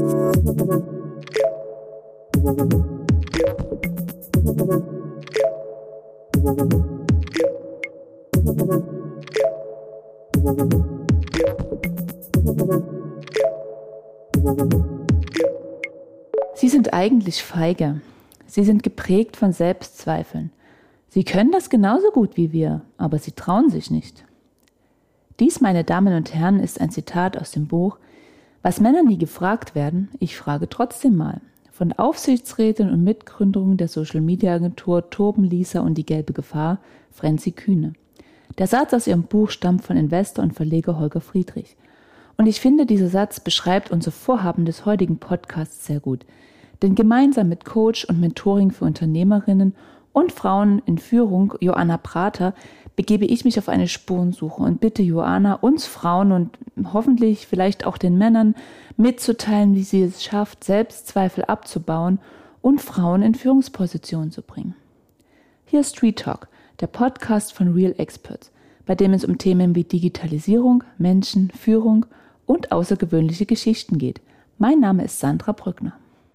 Sie sind eigentlich feige. Sie sind geprägt von Selbstzweifeln. Sie können das genauso gut wie wir, aber sie trauen sich nicht. Dies, meine Damen und Herren, ist ein Zitat aus dem Buch »Was Männer nie gefragt werden, ich frage trotzdem mal« von Aufsichtsrätin und Mitgründerin der Social-Media-Agentur Torben Lieser und die gelbe Gefahr, Franzi Kühne. Der Satz aus ihrem Buch stammt von Investor und Verleger Holger Friedrich. Und ich finde, dieser Satz beschreibt unser Vorhaben des heutigen Podcasts sehr gut. Denn gemeinsam mit Coach und Mentoring für Unternehmerinnen und Frauen in Führung, Joanna Prater, begebe ich mich auf eine Spurensuche und bitte Joanna, uns Frauen und hoffentlich vielleicht auch den Männern mitzuteilen, wie sie es schafft, Selbstzweifel abzubauen und Frauen in Führungspositionen zu bringen. Hier ist Street Talk, der Podcast von Real Experts, bei dem es um Themen wie Digitalisierung, Menschen, Führung und außergewöhnliche Geschichten geht. Mein Name ist Sandra Brückner.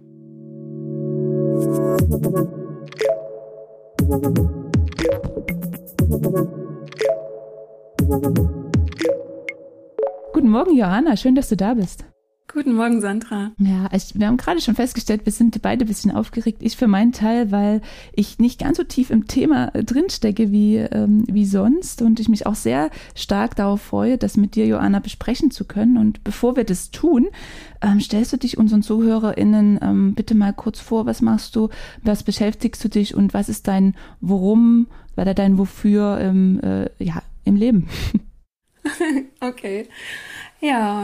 Guten Morgen, Johanna. Schön, dass du da bist. Guten Morgen, Sandra. Ja, wir haben gerade schon festgestellt, wir sind beide ein bisschen aufgeregt. Ich für meinen Teil, weil ich nicht ganz so tief im Thema drinstecke wie sonst und ich mich auch sehr stark darauf freue, das mit dir, Joanna, besprechen zu können. Und bevor wir das tun, stellst du dich unseren ZuhörerInnen bitte mal kurz vor, was machst du, was beschäftigst du dich und was ist dein Warum oder dein Wofür im Leben? Okay, ja,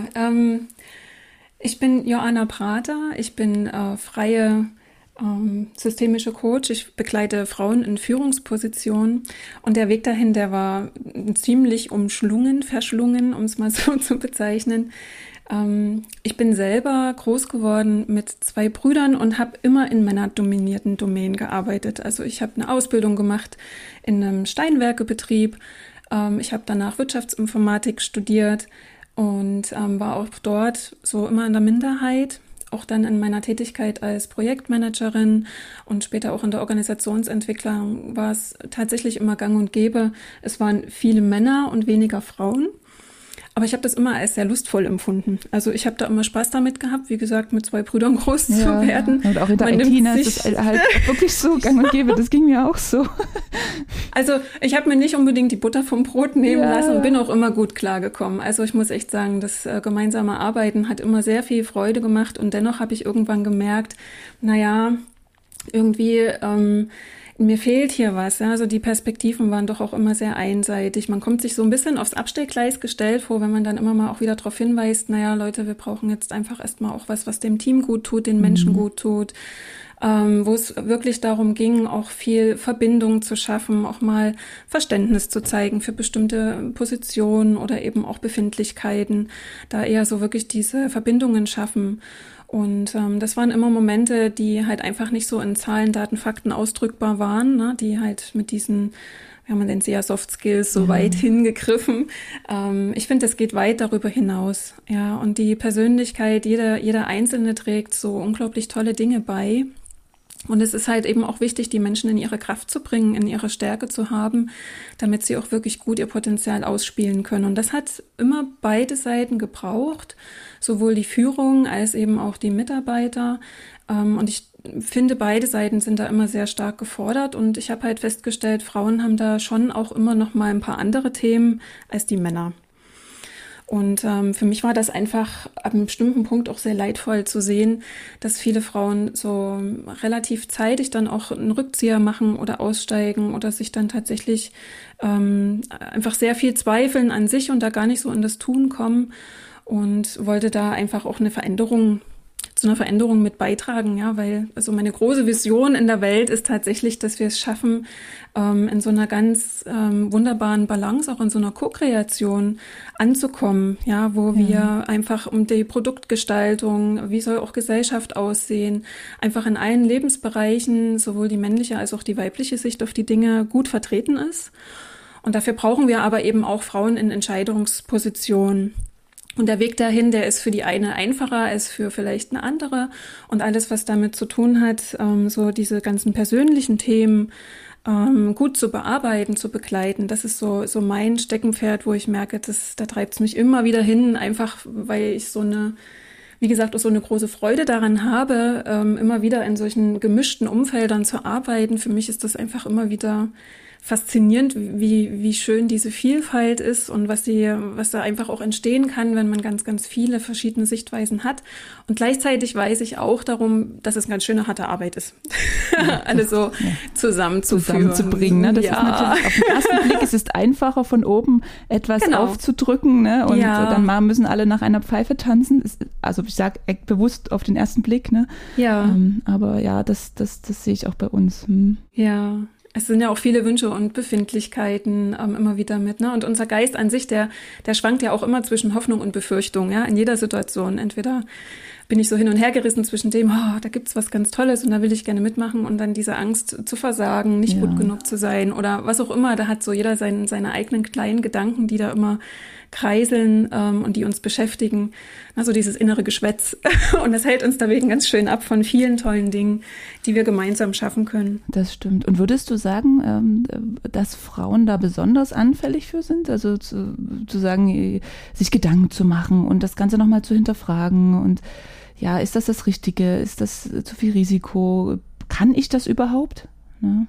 ich bin Joanna Prater, ich bin freie systemische Coach, ich begleite Frauen in Führungspositionen und der Weg dahin, der war ziemlich verschlungen, um es mal so zu bezeichnen. Ich bin selber groß geworden mit 2 Brüdern und habe immer in männerdominierten Domänen gearbeitet. Also ich habe eine Ausbildung gemacht in einem Steinwerkebetrieb, ich habe danach Wirtschaftsinformatik studiert und war auch dort so immer in der Minderheit, auch dann in meiner Tätigkeit als Projektmanagerin und später auch in der Organisationsentwicklung war es tatsächlich immer gang und gäbe. Es waren viele Männer und weniger Frauen. Aber ich habe das immer als sehr lustvoll empfunden. Also ich habe da immer Spaß damit gehabt, wie gesagt, mit 2 Brüdern groß zu werden. Und auch in der IT ist es halt wirklich so gang und gäbe. Das ging mir auch so. Also ich habe mir nicht unbedingt die Butter vom Brot nehmen lassen und bin auch immer gut klargekommen. Also ich muss echt sagen, das gemeinsame Arbeiten hat immer sehr viel Freude gemacht. Und dennoch habe ich irgendwann gemerkt, irgendwie mir fehlt hier was. Ja? Also die Perspektiven waren doch auch immer sehr einseitig. Man kommt sich so ein bisschen aufs Abstellgleis gestellt vor, wenn man dann immer mal auch wieder darauf hinweist, Leute, wir brauchen jetzt einfach erstmal auch was dem Team gut tut, den Menschen gut tut. Wo es wirklich darum ging, auch viel Verbindung zu schaffen, auch mal Verständnis zu zeigen für bestimmte Positionen oder eben auch Befindlichkeiten, da eher so wirklich diese Verbindungen schaffen. Und das waren immer Momente, die halt einfach nicht so in Zahlen, Daten, Fakten ausdrückbar waren, ne? Die halt mit diesen, man nennt sie ja Soft Skills, so weit hingegriffen. Ich finde, es geht weit darüber hinaus. Ja, und die Persönlichkeit, jeder Einzelne trägt so unglaublich tolle Dinge bei. Und es ist halt eben auch wichtig, die Menschen in ihre Kraft zu bringen, in ihre Stärke zu haben, damit sie auch wirklich gut ihr Potenzial ausspielen können. Und das hat immer beide Seiten gebraucht, sowohl die Führung als eben auch die Mitarbeiter. Und ich finde, beide Seiten sind da immer sehr stark gefordert. Und ich habe halt festgestellt, Frauen haben da schon auch immer noch mal ein paar andere Themen als die Männer. Und für mich war das einfach ab einem bestimmten Punkt auch sehr leidvoll zu sehen, dass viele Frauen so relativ zeitig dann auch einen Rückzieher machen oder aussteigen oder sich dann tatsächlich einfach sehr viel zweifeln an sich und da gar nicht so in das Tun kommen und wollte da einfach auch zu einer Veränderung mit beitragen, ja, weil also meine große Vision in der Welt ist tatsächlich, dass wir es schaffen, in so einer ganz wunderbaren Balance, auch in so einer Co-Kreation anzukommen, ja, wo wir einfach um die Produktgestaltung, wie soll auch Gesellschaft aussehen, einfach in allen Lebensbereichen, sowohl die männliche als auch die weibliche Sicht auf die Dinge gut vertreten ist. Und dafür brauchen wir aber eben auch Frauen in Entscheidungspositionen. Und der Weg dahin, der ist für die eine einfacher als für vielleicht eine andere. Und alles, was damit zu tun hat, so diese ganzen persönlichen Themen gut zu bearbeiten, zu begleiten, das ist so mein Steckenpferd, wo ich merke, da treibt es mich immer wieder hin, einfach weil ich wie gesagt, auch so eine große Freude daran habe, immer wieder in solchen gemischten Umfeldern zu arbeiten. Für mich ist das einfach immer wieder faszinierend, wie schön diese Vielfalt ist und was da einfach auch entstehen kann, wenn man ganz, ganz viele verschiedene Sichtweisen hat. Und gleichzeitig weiß ich auch darum, dass es eine ganz schöne harte Arbeit ist, alle so zusammenzubringen. Ne? Das ist natürlich auf den ersten Blick, es ist einfacher von oben etwas aufzudrücken, ne? Und dann müssen alle nach einer Pfeife tanzen. Also ich sage bewusst auf den ersten Blick, ne? Ja. Aber ja, das sehe ich auch bei uns. Ja. Es sind ja auch viele Wünsche und Befindlichkeiten immer wieder mit, ne? Und unser Geist an sich, der schwankt ja auch immer zwischen Hoffnung und Befürchtung, ja, in jeder Situation. Entweder bin ich so hin und her gerissen zwischen dem, da gibt's was ganz Tolles und da will ich gerne mitmachen und dann diese Angst zu versagen, nicht gut genug zu sein oder was auch immer. Da hat so jeder seine eigenen kleinen Gedanken, die da immer kreiseln und die uns beschäftigen. Also dieses innere Geschwätz. Und das hält uns deswegen ganz schön ab von vielen tollen Dingen, die wir gemeinsam schaffen können. Das stimmt. Und würdest du sagen, dass Frauen da besonders anfällig für sind? Also zu sagen, sich Gedanken zu machen und das Ganze nochmal zu hinterfragen und ja, ist das Richtige? Ist das zu viel Risiko? Kann ich das überhaupt? Ja.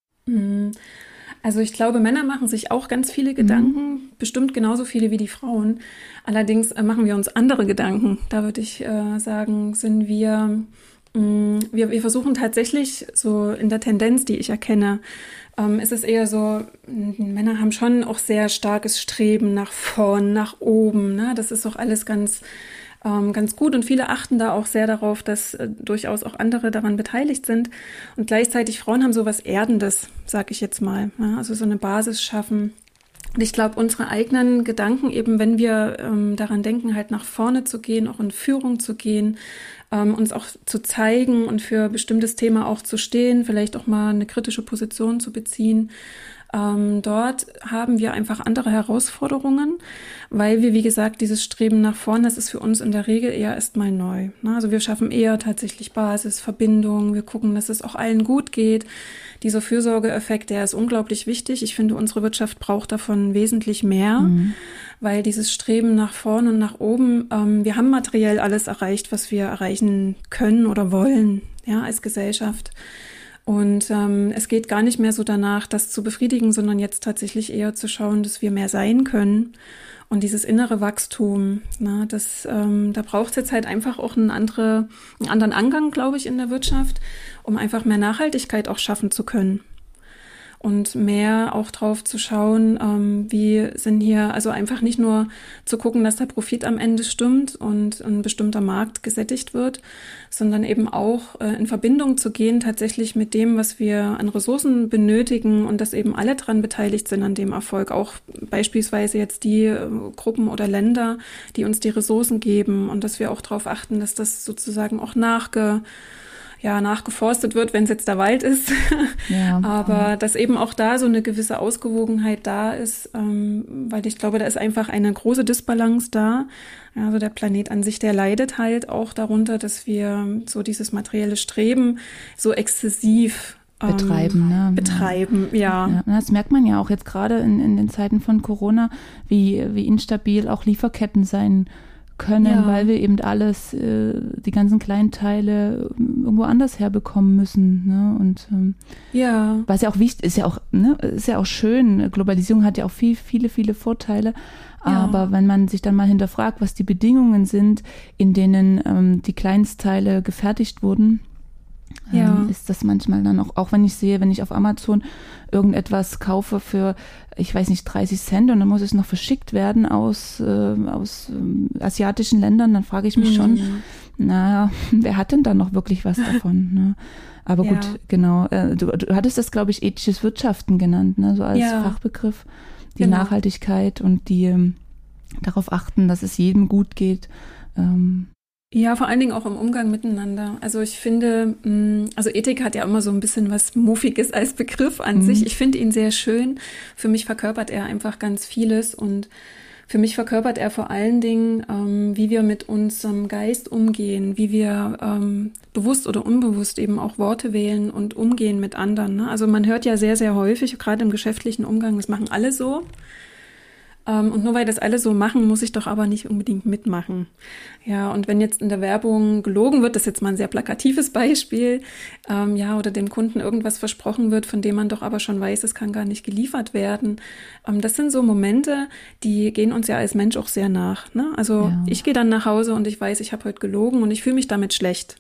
Also ich glaube, Männer machen sich auch ganz viele Gedanken, bestimmt genauso viele wie die Frauen. Allerdings machen wir uns andere Gedanken. Da würde ich sagen, sind wir versuchen tatsächlich so in der Tendenz, die ich erkenne, ist es eher so, Männer haben schon auch sehr starkes Streben nach vorn, nach oben. Ne? Das ist auch alles ganz gut und viele achten da auch sehr darauf, dass durchaus auch andere daran beteiligt sind und gleichzeitig Frauen haben so was Erdendes, sag ich jetzt mal, ja? Also so eine Basis schaffen. Und ich glaube, unsere eigenen Gedanken, eben wenn wir daran denken, halt nach vorne zu gehen, auch in Führung zu gehen, uns auch zu zeigen und für bestimmtes Thema auch zu stehen, vielleicht auch mal eine kritische Position zu beziehen, dort haben wir einfach andere Herausforderungen, weil wir, wie gesagt, dieses Streben nach vorn, das ist für uns in der Regel eher erstmal neu. Also wir schaffen eher tatsächlich Basis, Verbindung, wir gucken, dass es auch allen gut geht. Dieser Fürsorgeeffekt, der ist unglaublich wichtig. Ich finde, unsere Wirtschaft braucht davon wesentlich mehr, weil dieses Streben nach vorn und nach oben, wir haben materiell alles erreicht, was wir erreichen können oder wollen, ja, als Gesellschaft. Und es geht gar nicht mehr so danach, das zu befriedigen, sondern jetzt tatsächlich eher zu schauen, dass wir mehr sein können. Und dieses innere Wachstum, da braucht es jetzt halt einfach auch einen anderen Angang, glaube ich, in der Wirtschaft, um einfach mehr Nachhaltigkeit auch schaffen zu können. Und mehr auch drauf zu schauen, wie sind hier, also einfach nicht nur zu gucken, dass der Profit am Ende stimmt und ein bestimmter Markt gesättigt wird, sondern eben auch in Verbindung zu gehen tatsächlich mit dem, was wir an Ressourcen benötigen und dass eben alle dran beteiligt sind an dem Erfolg. Auch beispielsweise jetzt die Gruppen oder Länder, die uns die Ressourcen geben und dass wir auch darauf achten, dass das sozusagen auch nachgeforstet wird, wenn es jetzt der Wald ist. Ja, aber dass eben auch da so eine gewisse Ausgewogenheit da ist, weil ich glaube, da ist einfach eine große Disbalance da. Also der Planet an sich, der leidet halt auch darunter, dass wir so dieses materielle Streben so exzessiv betreiben, ja. Das merkt man ja auch jetzt gerade in den Zeiten von Corona, wie instabil auch Lieferketten sein können, weil wir eben alles, die ganzen kleinen Teile irgendwo anders herbekommen müssen. Ne? Und was ja auch wichtig ist, ist ja auch schön. Globalisierung hat ja auch viele, viele Vorteile. Aber wenn man sich dann mal hinterfragt, was die Bedingungen sind, in denen die Kleinstteile gefertigt wurden, ist das manchmal dann auch wenn ich auf Amazon irgendetwas kaufe für, ich weiß nicht, 30 Cent und dann muss es noch verschickt werden aus asiatischen Ländern, dann frage ich mich schon, wer hat denn da noch wirklich was davon? Ne? Aber gut, genau. Du hattest das, glaube ich, ethisches Wirtschaften genannt, ne? So als Fachbegriff, die Nachhaltigkeit und die darauf achten, dass es jedem gut geht. Ja, vor allen Dingen auch im Umgang miteinander. Also ich finde, also Ethik hat ja immer so ein bisschen was Muffiges als Begriff an sich. Ich finde ihn sehr schön. Für mich verkörpert er einfach ganz vieles und Für mich verkörpert er vor allen Dingen, wie wir mit unserem Geist umgehen, wie wir bewusst oder unbewusst eben auch Worte wählen und umgehen mit anderen. Ne? Also man hört ja sehr, sehr häufig, gerade im geschäftlichen Umgang, das machen alle so. Und nur weil das alle so machen, muss ich doch aber nicht unbedingt mitmachen. Ja, und wenn jetzt in der Werbung gelogen wird, das ist jetzt mal ein sehr plakatives Beispiel, oder dem Kunden irgendwas versprochen wird, von dem man doch aber schon weiß, es kann gar nicht geliefert werden. Das sind so Momente, die gehen uns ja als Mensch auch sehr nach. Ne? Also ich gehe dann nach Hause und ich weiß, ich habe heute gelogen und ich fühle mich damit schlecht.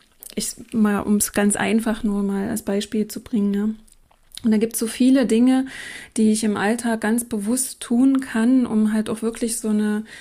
Um es ganz einfach nur mal als Beispiel zu bringen, ja. Und da gibt es so viele Dinge, die ich im Alltag ganz bewusst tun kann, um halt auch wirklich so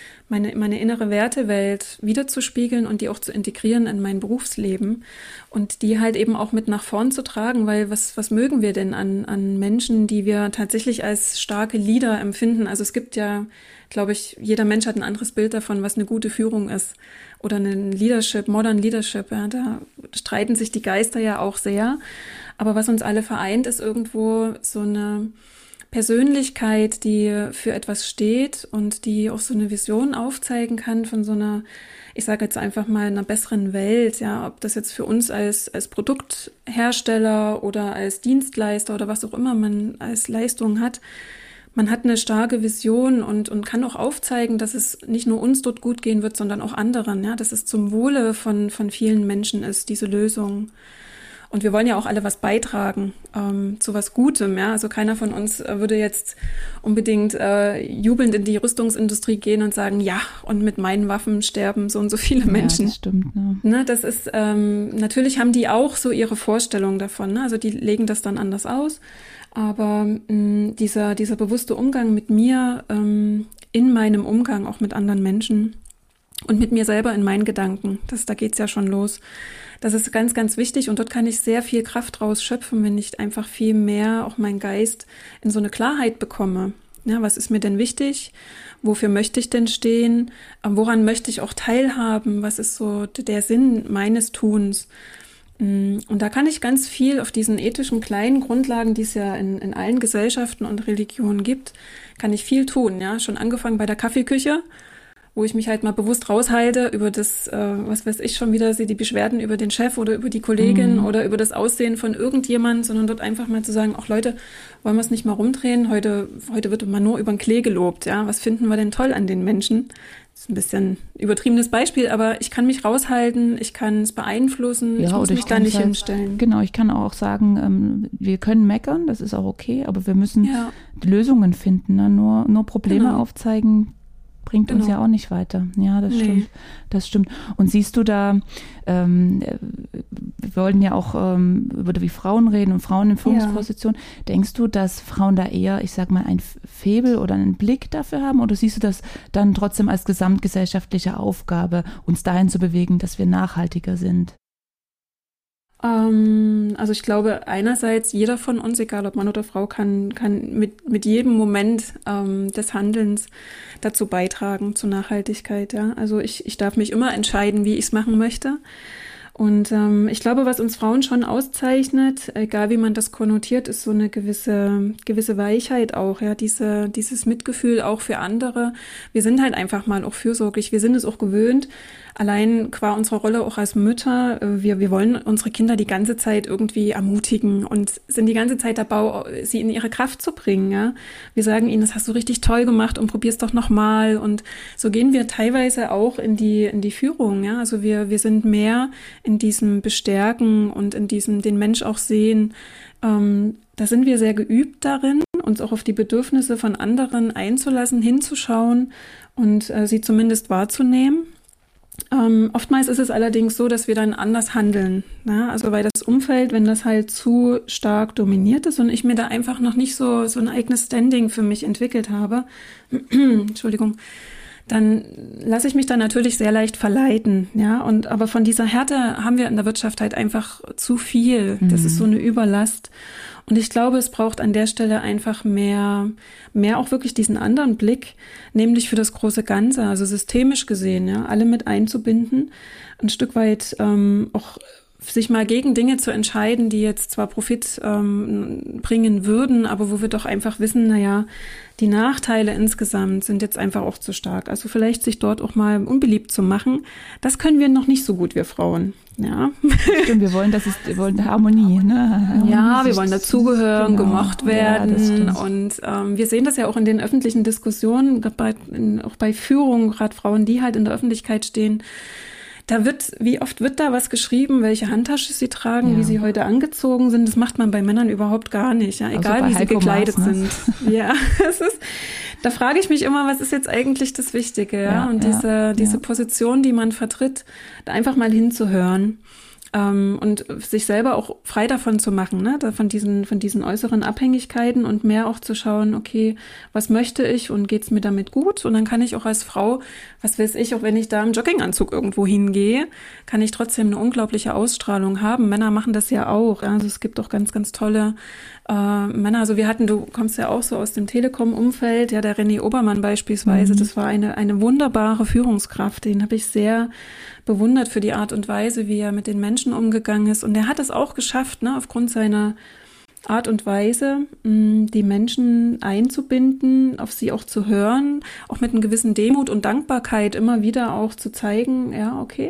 meine innere Wertewelt wiederzuspiegeln und die auch zu integrieren in mein Berufsleben und die halt eben auch mit nach vorn zu tragen, weil was mögen wir denn an Menschen, die wir tatsächlich als starke Leader empfinden? Also es gibt ja, glaube ich, jeder Mensch hat ein anderes Bild davon, was eine gute Führung ist oder ein Leadership, Modern Leadership, ja, da streiten sich die Geister ja auch sehr. Aber was uns alle vereint, ist irgendwo so eine Persönlichkeit, die für etwas steht und die auch so eine Vision aufzeigen kann von so einer, ich sage jetzt einfach mal, einer besseren Welt, ja, ob das jetzt für uns als Produkthersteller oder als Dienstleister oder was auch immer man als Leistung hat. Man hat eine starke Vision und kann auch aufzeigen, dass es nicht nur uns dort gut gehen wird, sondern auch anderen, ja, dass es zum Wohle von vielen Menschen ist, diese Lösung. Und wir wollen ja auch alle was beitragen zu was Gutem. Ja? Also keiner von uns würde jetzt unbedingt jubelnd in die Rüstungsindustrie gehen und sagen, ja, und mit meinen Waffen sterben so und so viele Menschen. Ja, das stimmt. Ne, das ist, natürlich haben die auch so ihre Vorstellungen davon. Ne? Also die legen das dann anders aus. Aber dieser bewusste Umgang mit mir in meinem Umgang auch mit anderen Menschen und mit mir selber in meinen Gedanken, da geht's ja schon los. Das ist ganz, ganz wichtig und dort kann ich sehr viel Kraft draus schöpfen, wenn ich einfach viel mehr auch meinen Geist in so eine Klarheit bekomme. Ja, was ist mir denn wichtig? Wofür möchte ich denn stehen? Woran möchte ich auch teilhaben? Was ist so der Sinn meines Tuns? Und da kann ich ganz viel auf diesen ethischen kleinen Grundlagen, die es ja in allen Gesellschaften und Religionen gibt, kann ich viel tun. Ja, schon angefangen bei der Kaffeeküche, wo ich mich halt mal bewusst raushalte über das, was weiß ich schon wieder, die Beschwerden über den Chef oder über die Kollegin oder über das Aussehen von irgendjemand, sondern dort einfach mal zu sagen, ach Leute, wollen wir es nicht mal rumdrehen? Heute wird mal nur über den Klee gelobt, ja. Was finden wir denn toll an den Menschen? Das ist ein bisschen übertriebenes Beispiel, aber ich kann mich raushalten, ich kann es beeinflussen, ja, ich muss mich da nicht hinstellen. Genau, ich kann auch sagen, wir können meckern, das ist auch okay, aber wir müssen Lösungen finden, ne? Nur Probleme aufzeigen, bringt uns ja auch nicht weiter. Ja, das stimmt. Das stimmt. Und siehst du da, wir wollten ja auch über wie Frauen reden und Frauen in Führungspositionen. Denkst du, dass Frauen da eher, ich sag mal, ein Faible oder einen Blick dafür haben? Oder siehst du das dann trotzdem als gesamtgesellschaftliche Aufgabe, uns dahin zu bewegen, dass wir nachhaltiger sind? Also ich glaube, einerseits jeder von uns, egal ob Mann oder Frau, kann mit jedem Moment des Handelns dazu beitragen zur Nachhaltigkeit. Ja? Also ich darf mich immer entscheiden, wie ich es machen möchte. Und ich glaube, was uns Frauen schon auszeichnet, egal wie man das konnotiert, ist so eine gewisse Weichheit auch, ja, dieses Mitgefühl auch für andere. Wir sind halt einfach mal auch fürsorglich, wir sind es auch gewöhnt, allein qua unserer Rolle auch als Mütter, wir wollen unsere Kinder die ganze Zeit irgendwie ermutigen und sind die ganze Zeit dabei, sie in ihre Kraft zu bringen, ja. Wir sagen ihnen, das hast du richtig toll gemacht und probier's doch nochmal. Und so gehen wir teilweise auch in die Führung, ja. Also wir sind mehr in diesem Bestärken und in diesem den Mensch auch sehen. Da sind wir sehr geübt darin, uns auch auf die Bedürfnisse von anderen einzulassen, hinzuschauen und sie zumindest wahrzunehmen. Oftmals ist es allerdings so, dass wir dann anders handeln. Ne? Also weil das Umfeld, wenn das halt zu stark dominiert ist und ich mir da einfach noch nicht so ein eigenes Standing für mich entwickelt habe, Entschuldigung, dann lasse ich mich da natürlich sehr leicht verleiten, ja. Aber von dieser Härte haben wir in der Wirtschaft halt einfach zu viel. Das ist so eine Überlast. Und ich glaube, es braucht an der Stelle einfach mehr auch wirklich diesen anderen Blick, nämlich für das große Ganze, also systemisch gesehen, ja, alle mit einzubinden, ein Stück weit auch sich mal gegen Dinge zu entscheiden, die jetzt zwar Profit bringen würden, aber wo wir doch einfach wissen, naja, die Nachteile insgesamt sind jetzt einfach auch zu stark. Also vielleicht sich dort auch mal unbeliebt zu machen, das können wir noch nicht so gut, wir Frauen. Ja. Stimmt, wir wollen Harmonie, ne? Harmonie, ja, wir wollen dazugehören, genau, gemocht werden. Ja, und wir sehen das ja auch in den öffentlichen Diskussionen, auch bei Führung, gerade Frauen, die halt in der Öffentlichkeit stehen. Wie oft wird da was geschrieben, welche Handtasche sie tragen, wie sie heute angezogen sind. Das macht man bei Männern überhaupt gar nicht, ja, egal wie sie gekleidet sind. Ja, da frage ich mich immer, was ist jetzt eigentlich das Wichtige, ja? Und diese Position, die man vertritt, da einfach mal hinzuhören. Und sich selber auch frei davon zu machen, ne? Von diesen äußeren Abhängigkeiten und mehr auch zu schauen, okay, was möchte ich und geht's mir damit gut? Und dann kann ich auch als Frau, was weiß ich, auch wenn ich da im Jogginganzug irgendwo hingehe, kann ich trotzdem eine unglaubliche Ausstrahlung haben. Männer machen das ja auch. Ja? Also es gibt auch ganz, ganz tolle Männer. Also du kommst ja auch so aus dem Telekom-Umfeld, ja, der René Obermann beispielsweise, das war eine wunderbare Führungskraft, den habe ich sehr bewundert für die Art und Weise, wie er mit den Menschen umgegangen ist. Und er hat es auch geschafft, ne, aufgrund seiner Art und Weise, die Menschen einzubinden, auf sie auch zu hören, auch mit einer gewissen Demut und Dankbarkeit immer wieder auch zu zeigen, ja, okay,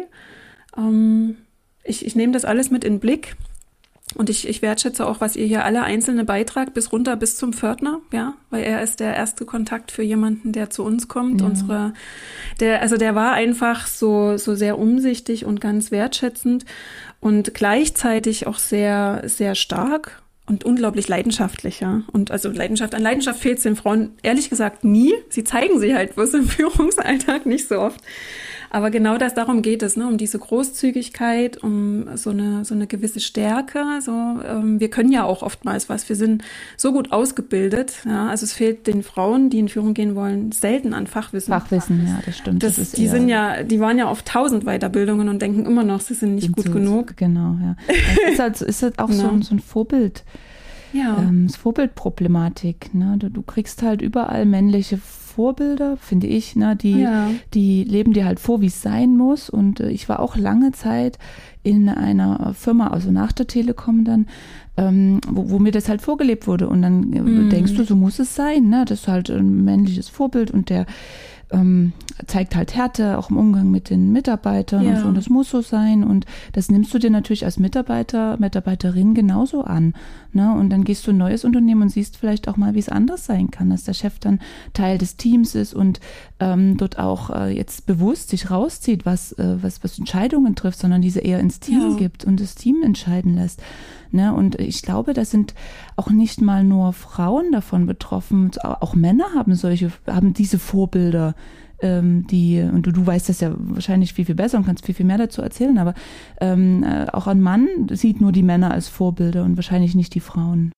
ich nehme das alles mit in den Blick. Und ich wertschätze auch, was ihr hier alle einzelne beitragt, bis zum Pförtner, ja, weil er ist der erste Kontakt für jemanden, der zu uns kommt. Ja. Der war einfach so sehr umsichtig und ganz wertschätzend und gleichzeitig auch sehr, sehr stark und unglaublich leidenschaftlich, ja. Und also an Leidenschaft fehlt es den Frauen ehrlich gesagt nie. Sie zeigen sie halt bloß im Führungsalltag nicht so oft. Aber genau darum geht es, ne, um diese Großzügigkeit, um so eine gewisse Stärke. Wir können ja auch oftmals was. Wir sind so gut ausgebildet. Ja, also es fehlt den Frauen, die in Führung gehen wollen, selten an Fachwissen. Ja, das stimmt. Die waren ja auf 1000 Weiterbildungen und denken immer noch, sie sind nicht gut genug. Genau, ja. Das ist halt auch so ein Vorbild. Ja. Das Vorbildproblematik. Ne? Du kriegst halt überall männliche Vorbilder, finde ich, ne? Die leben dir halt vor, wie es sein muss. Und ich war auch lange Zeit in einer Firma, also nach der Telekom dann, wo mir das halt vorgelebt wurde. Und dann denkst du, so muss es sein. Ne? Das ist halt ein männliches Vorbild und der zeigt halt Härte, auch im Umgang mit den Mitarbeitern und so. Und das muss so sein. Und das nimmst du dir natürlich als Mitarbeiterin genauso an. Ne? Und dann gehst du in ein neues Unternehmen und siehst vielleicht auch mal, wie es anders sein kann, dass der Chef dann Teil des Teams ist und dort auch jetzt bewusst sich rauszieht, was Entscheidungen trifft, sondern diese eher ins Team gibt und das Team entscheiden lässt. Ne? Und ich glaube, da sind auch nicht mal nur Frauen davon betroffen, auch Männer haben diese Vorbilder, und du weißt das ja wahrscheinlich viel, viel besser und kannst viel, viel mehr dazu erzählen, aber auch ein Mann sieht nur die Männer als Vorbilder und wahrscheinlich nicht die Frauen.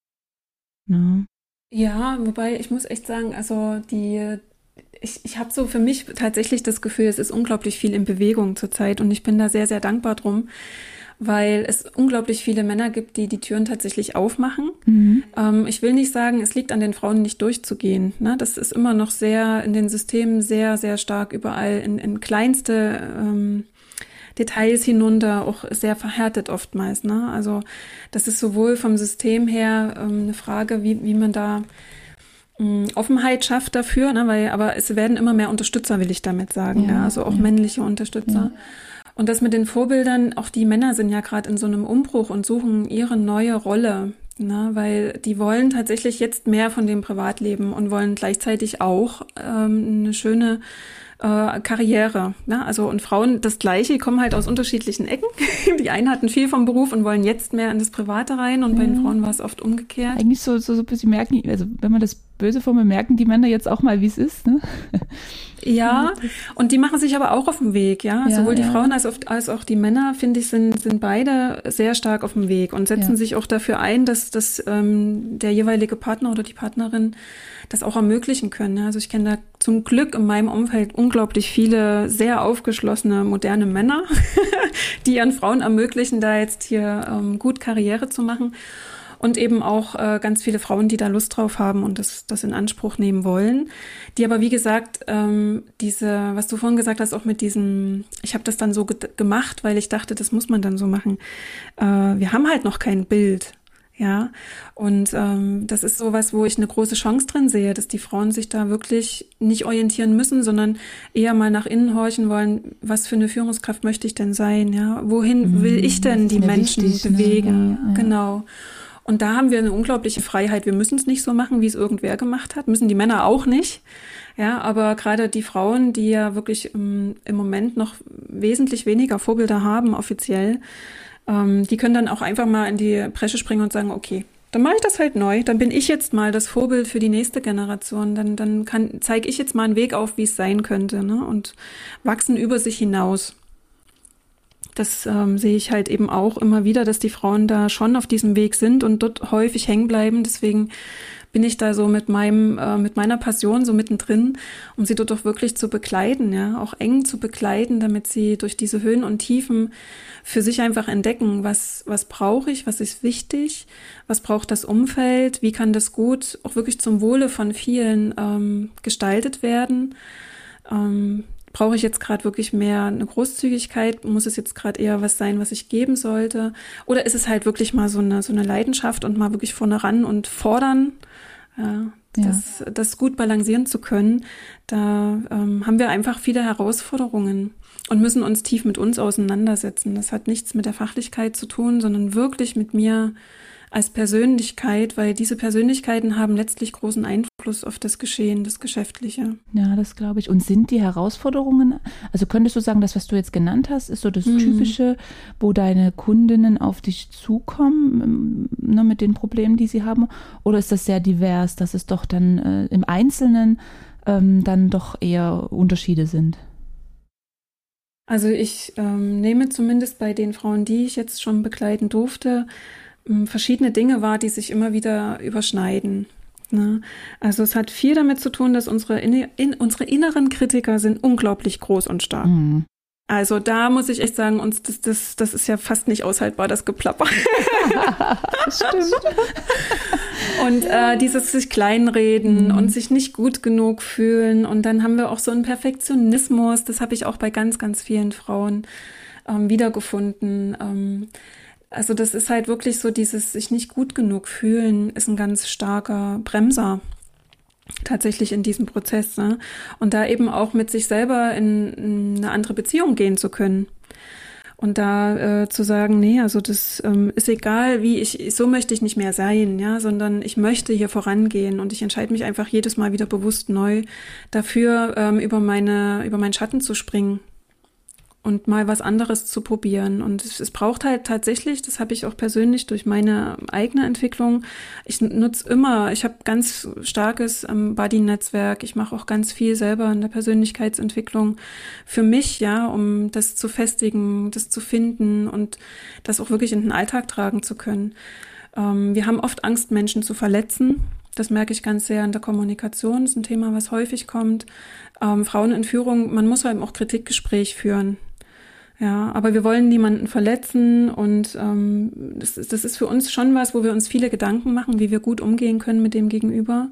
Ne? Ja, wobei ich muss echt sagen, also ich habe so für mich tatsächlich das Gefühl, es ist unglaublich viel in Bewegung zurzeit und ich bin da sehr, sehr dankbar drum, weil es unglaublich viele Männer gibt, die die Türen tatsächlich aufmachen. Ich will nicht sagen, es liegt an den Frauen, nicht durchzugehen. Ne? Das ist immer noch sehr in den Systemen sehr, sehr stark überall in kleinste Details hinunter, auch sehr verhärtet oftmals. Ne? Also das ist sowohl vom System her eine Frage, wie man da Offenheit schafft dafür, ne? Aber es werden immer mehr Unterstützer, will ich damit sagen. Ja, also auch männliche Unterstützer. Ja. Und das mit den Vorbildern, auch die Männer sind ja gerade in so einem Umbruch und suchen ihre neue Rolle, ne? Weil die wollen tatsächlich jetzt mehr von dem Privatleben und wollen gleichzeitig auch eine schöne Karriere. Ne? Also und Frauen das Gleiche, kommen halt aus unterschiedlichen Ecken. Die einen hatten viel vom Beruf und wollen jetzt mehr in das Private rein und bei den Frauen war es oft umgekehrt. Eigentlich so sie merken, also wenn man das böse formuliert, merken die Männer jetzt auch mal, wie es ist, ne? Ja, und die machen sich aber auch auf den Weg, ja. Sowohl die Frauen als auch die Männer, finde ich, sind beide sehr stark auf dem Weg und setzen sich auch dafür ein, dass der jeweilige Partner oder die Partnerin das auch ermöglichen können. Ja? Also ich kenne da zum Glück in meinem Umfeld unglaublich viele sehr aufgeschlossene, moderne Männer, die ihren Frauen ermöglichen, da jetzt hier gut Karriere zu machen. und eben auch ganz viele Frauen, die da Lust drauf haben und das in Anspruch nehmen wollen. Die aber, wie gesagt, was du vorhin gesagt hast, auch mit diesem, ich habe das dann so gemacht, weil ich dachte, das muss man dann so machen. Wir haben halt noch kein Bild. Ja, und das ist sowas, wo ich eine große Chance drin sehe, dass die Frauen sich da wirklich nicht orientieren müssen, sondern eher mal nach innen horchen wollen, was für eine Führungskraft möchte ich denn sein, ja? Wohin will ich denn die Menschen bewegen? Ne? Ja. Genau. Und da haben wir eine unglaubliche Freiheit. Wir müssen es nicht so machen, wie es irgendwer gemacht hat, müssen die Männer auch nicht. Ja, aber gerade die Frauen, die ja wirklich im Moment noch wesentlich weniger Vorbilder haben, offiziell, die können dann auch einfach mal in die Bresche springen und sagen, okay, dann mache ich das halt neu. Dann bin ich jetzt mal das Vorbild für die nächste Generation. Dann zeige ich jetzt mal einen Weg auf, wie es sein könnte, ne? Und wachsen über sich hinaus. Das sehe ich halt eben auch immer wieder, dass die Frauen da schon auf diesem Weg sind und dort häufig hängen bleiben. Deswegen bin ich da so mit meiner Passion so mittendrin, um sie dort auch wirklich zu begleiten, ja, auch eng zu begleiten, damit sie durch diese Höhen und Tiefen für sich einfach entdecken, was brauche ich, was ist wichtig, was braucht das Umfeld, wie kann das gut auch wirklich zum Wohle von vielen gestaltet werden. Brauche ich jetzt gerade wirklich mehr eine Großzügigkeit? Muss es jetzt gerade eher was sein, was ich geben sollte? Oder ist es halt wirklich mal so eine Leidenschaft und mal wirklich vorne ran und fordern? Das gut balancieren zu können, da haben wir einfach viele Herausforderungen und müssen uns tief mit uns auseinandersetzen. Das hat nichts mit der Fachlichkeit zu tun, sondern wirklich mit mir als Persönlichkeit, weil diese Persönlichkeiten haben letztlich großen Einfluss auf das Geschehen, das Geschäftliche. Ja, das glaube ich. Und sind die Herausforderungen, also könntest du sagen, das, was du jetzt genannt hast, ist so das Typische, wo deine Kundinnen auf dich zukommen, ne, mit den Problemen, die sie haben? Oder ist das sehr divers, dass es doch dann im Einzelnen dann doch eher Unterschiede sind? Also ich nehme zumindest bei den Frauen, die ich jetzt schon begleiten durfte, verschiedene Dinge wahr, die sich immer wieder überschneiden. Ne? Also es hat viel damit zu tun, dass unsere inneren Kritiker sind unglaublich groß und stark. Mhm. Also da muss ich echt sagen, uns das ist ja fast nicht aushaltbar, das Geplapper. Stimmt. Und dieses sich kleinreden und sich nicht gut genug fühlen. Und dann haben wir auch so einen Perfektionismus. Das habe ich auch bei ganz, ganz vielen Frauen wiedergefunden. Also das ist halt wirklich so, dieses sich nicht gut genug fühlen, ist ein ganz starker Bremser tatsächlich in diesem Prozess. Ne? Und da eben auch mit sich selber in eine andere Beziehung gehen zu können. Und da zu sagen, nee, also das ist egal, so möchte ich nicht mehr sein, ja, sondern ich möchte hier vorangehen und ich entscheide mich einfach jedes Mal wieder bewusst neu dafür, über meinen Schatten zu springen. Und mal was anderes zu probieren. Und es braucht halt tatsächlich, das habe ich auch persönlich durch meine eigene Entwicklung, ich habe ganz starkes Buddy-Netzwerk, ich mache auch ganz viel selber in der Persönlichkeitsentwicklung für mich, ja, um das zu festigen, das zu finden und das auch wirklich in den Alltag tragen zu können. Wir haben oft Angst, Menschen zu verletzen. Das merke ich ganz sehr in der Kommunikation. Das ist ein Thema, was häufig kommt. Frauen in Führung, man muss halt auch Kritikgespräch führen. Ja, aber wir wollen niemanden verletzen und das ist für uns schon was, wo wir uns viele Gedanken machen, wie wir gut umgehen können mit dem Gegenüber.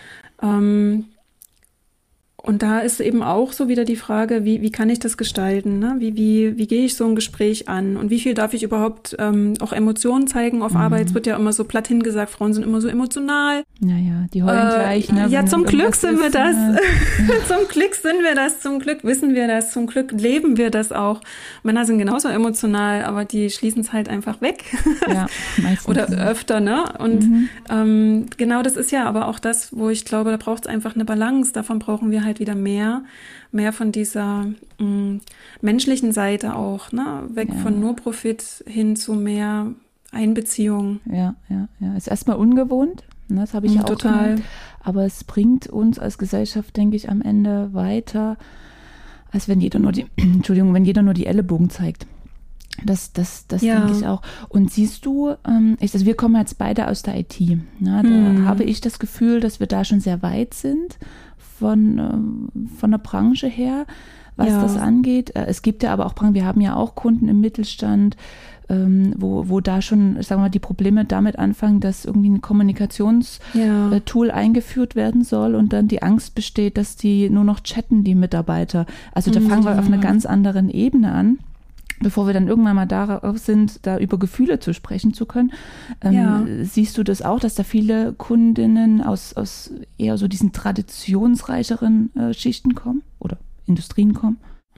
Und da ist eben auch so wieder die Frage, wie kann ich das gestalten? Ne? Wie gehe ich so ein Gespräch an? Und wie viel darf ich überhaupt auch Emotionen zeigen auf Arbeit? Es wird ja immer so platt hingesagt, Frauen sind immer so emotional. Naja, die heulen gleich. Ne, ja, zum Glück sind wir das. Zum Glück sind wir das. Zum Glück wissen wir das. Zum Glück leben wir das auch. Männer sind genauso emotional, aber die schließen es halt einfach weg. Ja, meistens. Oder öfter, ne? Und genau das ist ja aber auch das, wo ich glaube, da braucht es einfach eine Balance. Davon brauchen wir halt wieder mehr von dieser menschlichen Seite auch, ne? Weg von nur Profit hin zu mehr Einbeziehung. Ja. Ist erstmal ungewohnt, ne? Das habe ich ja auch total gemacht. Aber es bringt uns als Gesellschaft, denke ich, am Ende weiter, als wenn jeder nur die Ellenbogen zeigt. Das denke ich auch. Und siehst du, also wir kommen jetzt beide aus der IT. Ne? Da habe ich das Gefühl, dass wir da schon sehr weit sind von der Branche her. was das angeht. Es gibt ja aber auch, wir haben ja auch Kunden im Mittelstand, wo da schon, sagen wir mal, die Probleme damit anfangen, dass irgendwie ein Kommunikationstool eingeführt werden soll und dann die Angst besteht, dass die nur noch chatten, die Mitarbeiter. Also da fangen wir auf einer ganz anderen Ebene an, bevor wir dann irgendwann mal darauf sind, da über Gefühle zu sprechen zu können. Siehst du das auch, dass da viele Kundinnen aus eher so diesen traditionsreicheren Schichten kommen oder Industrien kommen?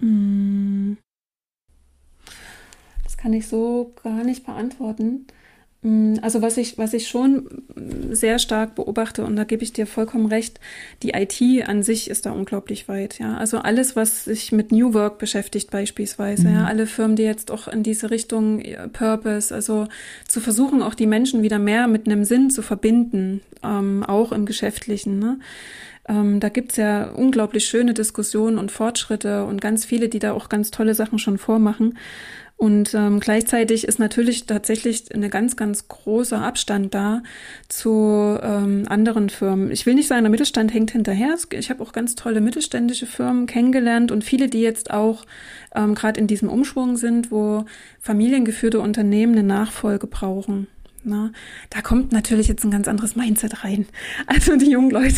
Das kann ich so gar nicht beantworten. Also was ich schon sehr stark beobachte, und da gebe ich dir vollkommen recht, die IT an sich ist da unglaublich weit. Ja, also alles, was sich mit New Work beschäftigt beispielsweise, ja, alle Firmen, die jetzt auch in diese Richtung Purpose, also zu versuchen, auch die Menschen wieder mehr mit einem Sinn zu verbinden, auch im Geschäftlichen, ne? Da gibt's ja unglaublich schöne Diskussionen und Fortschritte und ganz viele, die da auch ganz tolle Sachen schon vormachen. Und gleichzeitig ist natürlich tatsächlich eine ganz, ganz großer Abstand da zu anderen Firmen. Ich will nicht sagen, der Mittelstand hängt hinterher. Ich habe auch ganz tolle mittelständische Firmen kennengelernt und viele, die jetzt auch gerade in diesem Umschwung sind, wo familiengeführte Unternehmen eine Nachfolge brauchen. Na, da kommt natürlich jetzt ein ganz anderes Mindset rein. Also die jungen Leute.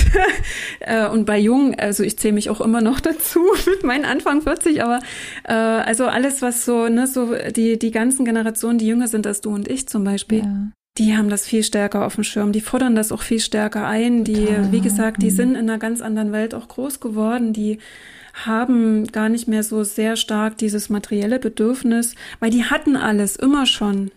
Und bei Jungen, also ich zähle mich auch immer noch dazu mit meinen Anfang 40, aber also alles, was so, ne, so die ganzen Generationen, die jünger sind als du und ich zum Beispiel, die haben das viel stärker auf dem Schirm, die fordern das auch viel stärker ein. Die, wie gesagt, die sind in einer ganz anderen Welt auch groß geworden, die haben gar nicht mehr so sehr stark dieses materielle Bedürfnis, weil die hatten alles immer schon.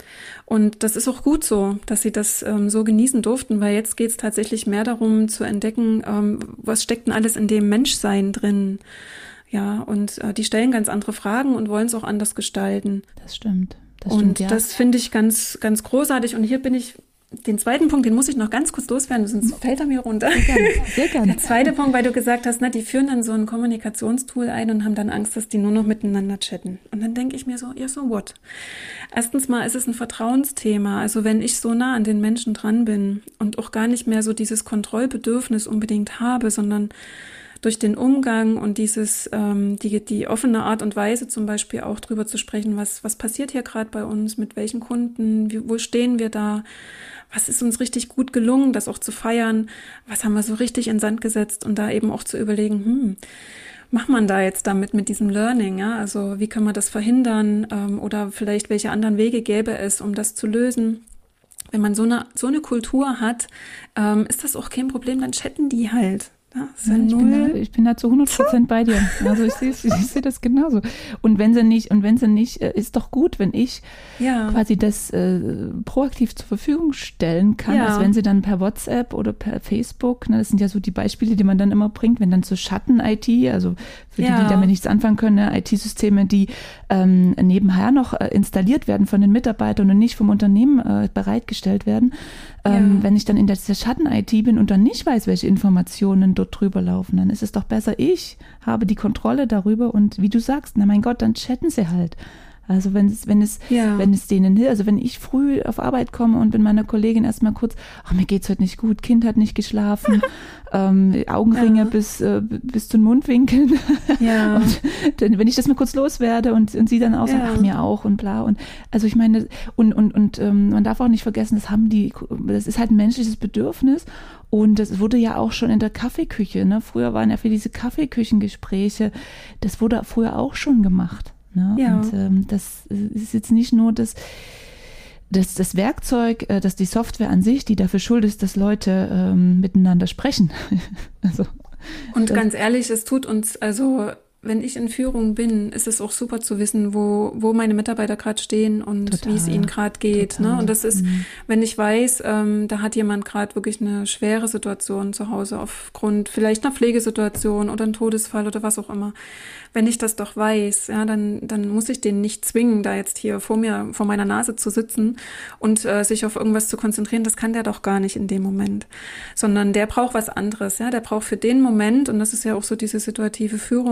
Und das ist auch gut so, dass sie das so genießen durften, weil jetzt geht es tatsächlich mehr darum zu entdecken, was steckt denn alles in dem Menschsein drin. Ja, und die stellen ganz andere Fragen und wollen es auch anders gestalten. Das stimmt. Das finde ich ganz, ganz großartig. Und hier bin ich, den zweiten Punkt, den muss ich noch ganz kurz loswerden, sonst fällt er mir runter. Sehr gerne. Sehr gerne. Der zweite Punkt, weil du gesagt hast, die führen dann so ein Kommunikationstool ein und haben dann Angst, dass die nur noch miteinander chatten. Und dann denke ich mir so, ja, so what? Erstens mal ist es ein Vertrauensthema. Also wenn ich so nah an den Menschen dran bin und auch gar nicht mehr so dieses Kontrollbedürfnis unbedingt habe, sondern durch den Umgang und dieses die offene Art und Weise zum Beispiel auch drüber zu sprechen, was passiert hier gerade bei uns, mit welchen Kunden, wo stehen wir da, was ist uns richtig gut gelungen, das auch zu feiern, was haben wir so richtig in Sand gesetzt und da eben auch zu überlegen, macht man da jetzt damit mit diesem Learning, ja, also wie kann man das verhindern oder vielleicht welche anderen Wege gäbe es, um das zu lösen. Wenn man so eine Kultur hat, ist das auch kein Problem, dann chatten die halt. Ja, ich bin da zu 100% bei dir. Also ich sehe das genauso. Und wenn sie nicht, ist doch gut, wenn ich quasi das proaktiv zur Verfügung stellen kann, als wenn sie dann per WhatsApp oder per Facebook, ne, das sind ja so die Beispiele, die man dann immer bringt, wenn dann so Schatten-IT, also für die damit nichts anfangen können, ne, IT-Systeme, die nebenher noch installiert werden von den Mitarbeitern und nicht vom Unternehmen bereitgestellt werden. Wenn ich dann in der Schatten-IT bin und dann nicht weiß, welche Informationen dort drüber laufen, dann ist es doch besser, ich habe die Kontrolle darüber und wie du sagst, na mein Gott, dann chatten sie halt. Also wenn es denen hilft, also wenn ich früh auf Arbeit komme und bin meiner Kollegin erstmal kurz, mir geht's heute nicht gut, Kind hat nicht geschlafen, Augenringe bis zu den Mundwinkeln. Ja. Und dann, wenn ich das mal kurz loswerde und sie dann auch sagt, mir auch und bla. Und also ich meine, und man darf auch nicht vergessen, das ist halt ein menschliches Bedürfnis. Und das wurde ja auch schon in der Kaffeeküche, ne? Früher waren ja für diese Kaffeeküchengespräche, das wurde früher auch schon gemacht. Ne? Ja. Und das ist jetzt nicht nur das Werkzeug, dass die Software an sich, die dafür schuld ist, dass Leute miteinander sprechen. Also, und ganz ehrlich, es tut uns, also wenn ich in Führung bin, ist es auch super zu wissen, wo meine Mitarbeiter gerade stehen und wie es ihnen gerade geht. Ne? Und das ist, wenn ich weiß, da hat jemand gerade wirklich eine schwere Situation zu Hause aufgrund vielleicht einer Pflegesituation oder einem Todesfall oder was auch immer. Wenn ich das doch weiß, ja, dann muss ich den nicht zwingen, da jetzt hier vor meiner Nase zu sitzen und sich auf irgendwas zu konzentrieren. Das kann der doch gar nicht in dem Moment. Sondern der braucht was anderes. Ja, der braucht für den Moment, und das ist ja auch so diese situative Führung, auch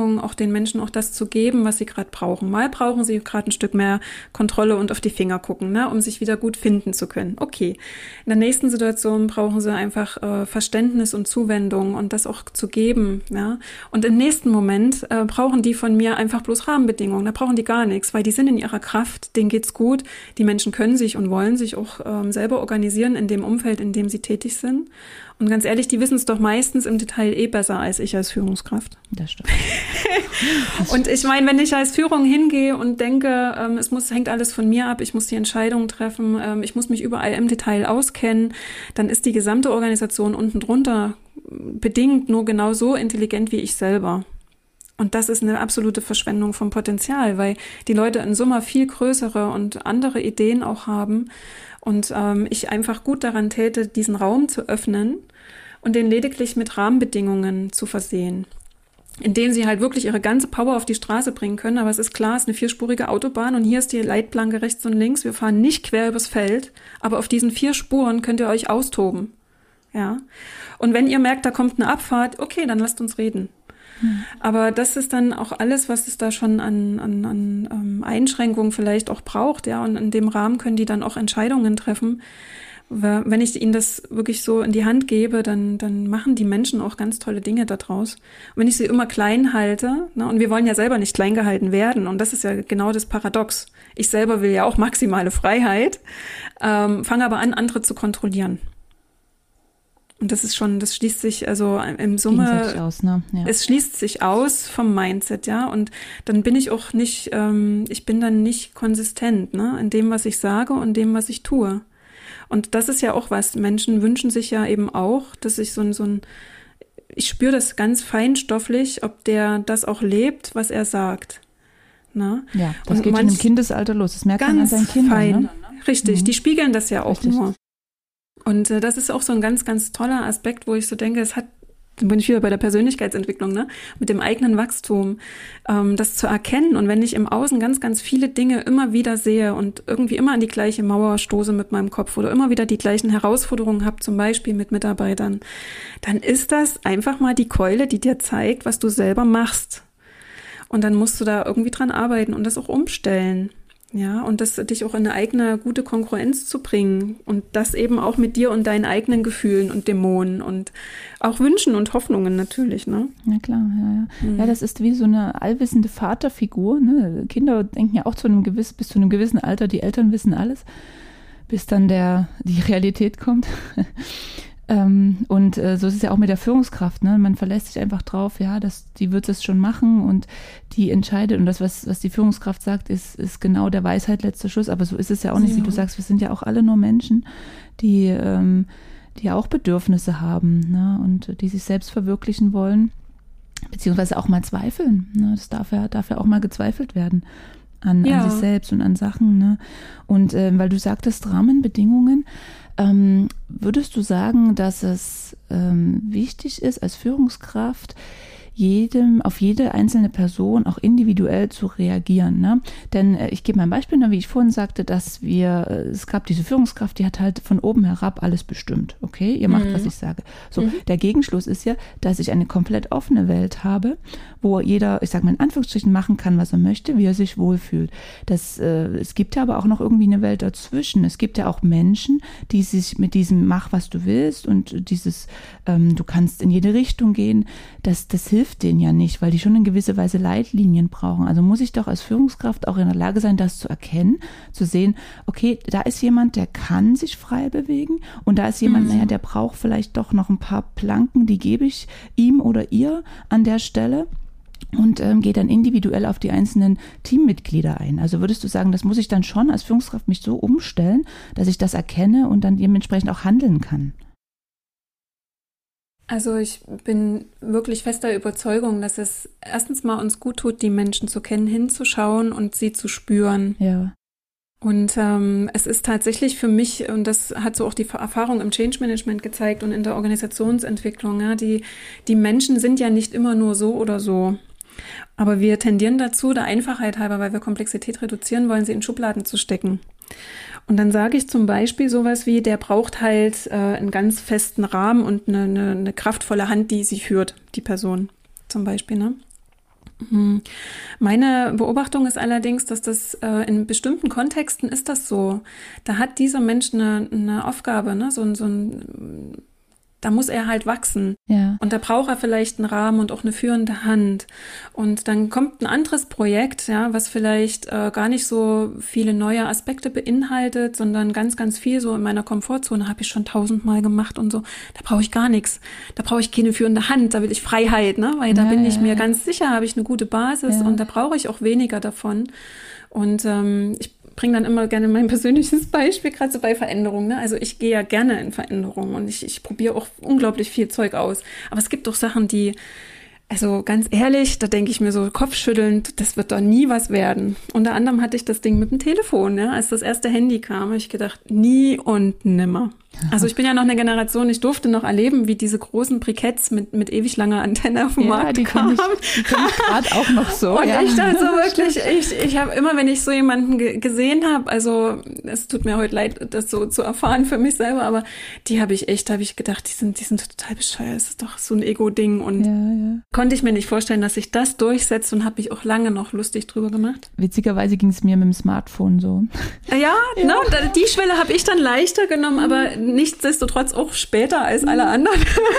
den Menschen auch das zu geben, was sie gerade brauchen. Mal brauchen sie gerade ein Stück mehr Kontrolle und auf die Finger gucken, ne, um sich wieder gut finden zu können. Okay. In der nächsten Situation brauchen sie einfach Verständnis und Zuwendung und das auch zu geben, ja. Und im nächsten Moment brauchen die von mir einfach bloß Rahmenbedingungen. Da brauchen die gar nichts, weil die sind in ihrer Kraft, denen geht's gut. Die Menschen können sich und wollen sich auch selber organisieren in dem Umfeld, in dem sie tätig sind. Und ganz ehrlich, die wissen es doch meistens im Detail besser als ich als Führungskraft. Das stimmt. Und ich meine, wenn ich als Führung hingehe und denke, hängt alles von mir ab, ich muss die Entscheidungen treffen, ich muss mich überall im Detail auskennen, dann ist die gesamte Organisation unten drunter bedingt nur genau so intelligent wie ich selber. Und das ist eine absolute Verschwendung vom Potenzial, weil die Leute in Summe viel größere und andere Ideen auch haben. Und ich einfach gut daran täte, diesen Raum zu öffnen und den lediglich mit Rahmenbedingungen zu versehen, indem sie halt wirklich ihre ganze Power auf die Straße bringen können. Aber es ist klar, es ist eine 4-spurige Autobahn und hier ist die Leitplanke rechts und links. Wir fahren nicht quer übers Feld, aber auf diesen 4 Spuren könnt ihr euch austoben. Ja. Und wenn ihr merkt, da kommt eine Abfahrt, okay, dann lasst uns reden. Aber das ist dann auch alles, was es da schon an Einschränkungen vielleicht auch braucht, ja. Und in dem Rahmen können die dann auch Entscheidungen treffen. Wenn ich ihnen das wirklich so in die Hand gebe, dann machen die Menschen auch ganz tolle Dinge daraus. Und wenn ich sie immer klein halte, ne, und wir wollen ja selber nicht klein gehalten werden, und das ist ja genau das Paradox. Ich selber will ja auch maximale Freiheit, fange aber an, andere zu kontrollieren. Und das schließt sich also im Summe aus, ne? Ja. Es schließt sich aus vom Mindset, ja. Und dann bin ich auch nicht, ich bin dann nicht konsistent, ne, in dem, was ich sage und dem, was ich tue. Und das ist ja auch was. Menschen wünschen sich ja eben auch, dass ich ich spüre das ganz feinstofflich, ob der das auch lebt, was er sagt. Ne? Ja, das geht schon im Kindesalter los. Das merkt man an seinen Kindern. Fein. Ne? Richtig, die spiegeln das ja auch Richtig. nur. Und das ist auch so ein ganz, ganz toller Aspekt, wo ich so denke, dann bin ich wieder bei der Persönlichkeitsentwicklung, ne, mit dem eigenen Wachstum, das zu erkennen. Und wenn ich im Außen ganz, ganz viele Dinge immer wieder sehe und irgendwie immer an die gleiche Mauer stoße mit meinem Kopf oder immer wieder die gleichen Herausforderungen habe, zum Beispiel mit Mitarbeitern, dann ist das einfach mal die Keule, die dir zeigt, was du selber machst. Und dann musst du da irgendwie dran arbeiten und das auch umstellen. Ja, und das dich auch in eine eigene gute Kongruenz zu bringen und das eben auch mit dir und deinen eigenen Gefühlen und Dämonen und auch Wünschen und Hoffnungen natürlich, ne? Ja, klar, ja. Ja, das ist wie so eine allwissende Vaterfigur, ne? Kinder denken ja auch bis zu einem gewissen Alter, die Eltern wissen alles, bis dann die Realität kommt. Und so ist es ja auch mit der Führungskraft, ne? Man verlässt sich einfach drauf, ja, die wird es schon machen und die entscheidet und das, was die Führungskraft sagt, ist genau der Weisheit letzter Schluss, aber so ist es ja auch nicht, wie du sagst, wir sind ja auch alle nur Menschen, die auch Bedürfnisse haben, ne? Und die sich selbst verwirklichen wollen, beziehungsweise auch mal zweifeln, ne? Das darf ja auch mal gezweifelt werden an sich selbst und an Sachen, ne? Und weil du sagtest, Rahmenbedingungen, würdest du sagen, dass es wichtig ist, als Führungskraft auf jede einzelne Person auch individuell zu reagieren, ne? Denn ich gebe mal ein Beispiel, wie ich vorhin sagte, dass es gab diese Führungskraft, die hat halt von oben herab alles bestimmt. Okay, ihr macht, was ich sage. So, der Gegenschluss ist ja, dass ich eine komplett offene Welt habe, wo jeder, ich sage mal in Anführungsstrichen, machen kann, was er möchte, wie er sich wohlfühlt. Es gibt ja aber auch noch irgendwie eine Welt dazwischen. Es gibt ja auch Menschen, die sich mit diesem mach, was du willst und dieses du kannst in jede Richtung gehen, das hilft denen ja nicht, weil die schon in gewisser Weise Leitlinien brauchen. Also muss ich doch als Führungskraft auch in der Lage sein, das zu erkennen, zu sehen, okay, da ist jemand, der kann sich frei bewegen und da ist jemand, der braucht vielleicht doch noch ein paar Planken, die gebe ich ihm oder ihr an der Stelle. Und gehe dann individuell auf die einzelnen Teammitglieder ein. Also würdest du sagen, das muss ich dann schon als Führungskraft mich so umstellen, dass ich das erkenne und dann dementsprechend auch handeln kann? Also ich bin wirklich fester Überzeugung, dass es erstens mal uns gut tut, die Menschen zu kennen, hinzuschauen und sie zu spüren. Ja. Und es ist tatsächlich für mich, und das hat so auch die Erfahrung im Change Management gezeigt und in der Organisationsentwicklung, ja, die Menschen sind ja nicht immer nur so oder so. Aber wir tendieren dazu, der Einfachheit halber, weil wir Komplexität reduzieren wollen, sie in Schubladen zu stecken. Und dann sage ich zum Beispiel sowas wie, der braucht halt einen ganz festen Rahmen und eine kraftvolle Hand, die sie führt, die Person zum Beispiel, ne? Meine Beobachtung ist allerdings, dass das in bestimmten Kontexten ist das so. Da hat dieser Mensch eine Aufgabe, ne? Da muss er halt wachsen. Ja. Und da braucht er vielleicht einen Rahmen und auch eine führende Hand. Und dann kommt ein anderes Projekt, ja, was vielleicht gar nicht so viele neue Aspekte beinhaltet, sondern ganz, ganz viel so in meiner Komfortzone habe ich schon 1000-mal gemacht und so. Da brauche ich gar nichts. Da brauche ich keine führende Hand, da will ich Freiheit, ne? Weil da bin ich mir ganz sicher, habe ich eine gute Basis und da brauche ich auch weniger davon. Und ich bringe dann immer gerne mein persönliches Beispiel, gerade so bei Veränderungen. Ne? Also ich gehe ja gerne in Veränderungen und ich probiere auch unglaublich viel Zeug aus. Aber es gibt doch Sachen, die, also ganz ehrlich, da denke ich mir so kopfschüttelnd, das wird doch nie was werden. Unter anderem hatte ich das Ding mit dem Telefon, ja? Als das erste Handy kam, habe ich gedacht, nie und nimmer. Also ich bin ja noch eine Generation, ich durfte noch erleben, wie diese großen Briketts mit ewig langer Antenne auf den Markt kamen. Die kenn ich gerade auch noch so. Und ich dachte so wirklich, ich habe immer, wenn ich so jemanden gesehen habe, also es tut mir heute leid, das so zu erfahren für mich selber, aber die habe ich gedacht, die sind total bescheuert, das ist doch so ein Ego-Ding und konnte ich mir nicht vorstellen, dass sich das durchsetzt und habe mich auch lange noch lustig drüber gemacht. Witzigerweise ging es mir mit dem Smartphone so. Ja. Ne, die Schwelle habe ich dann leichter genommen, aber nichtsdestotrotz auch später als alle anderen.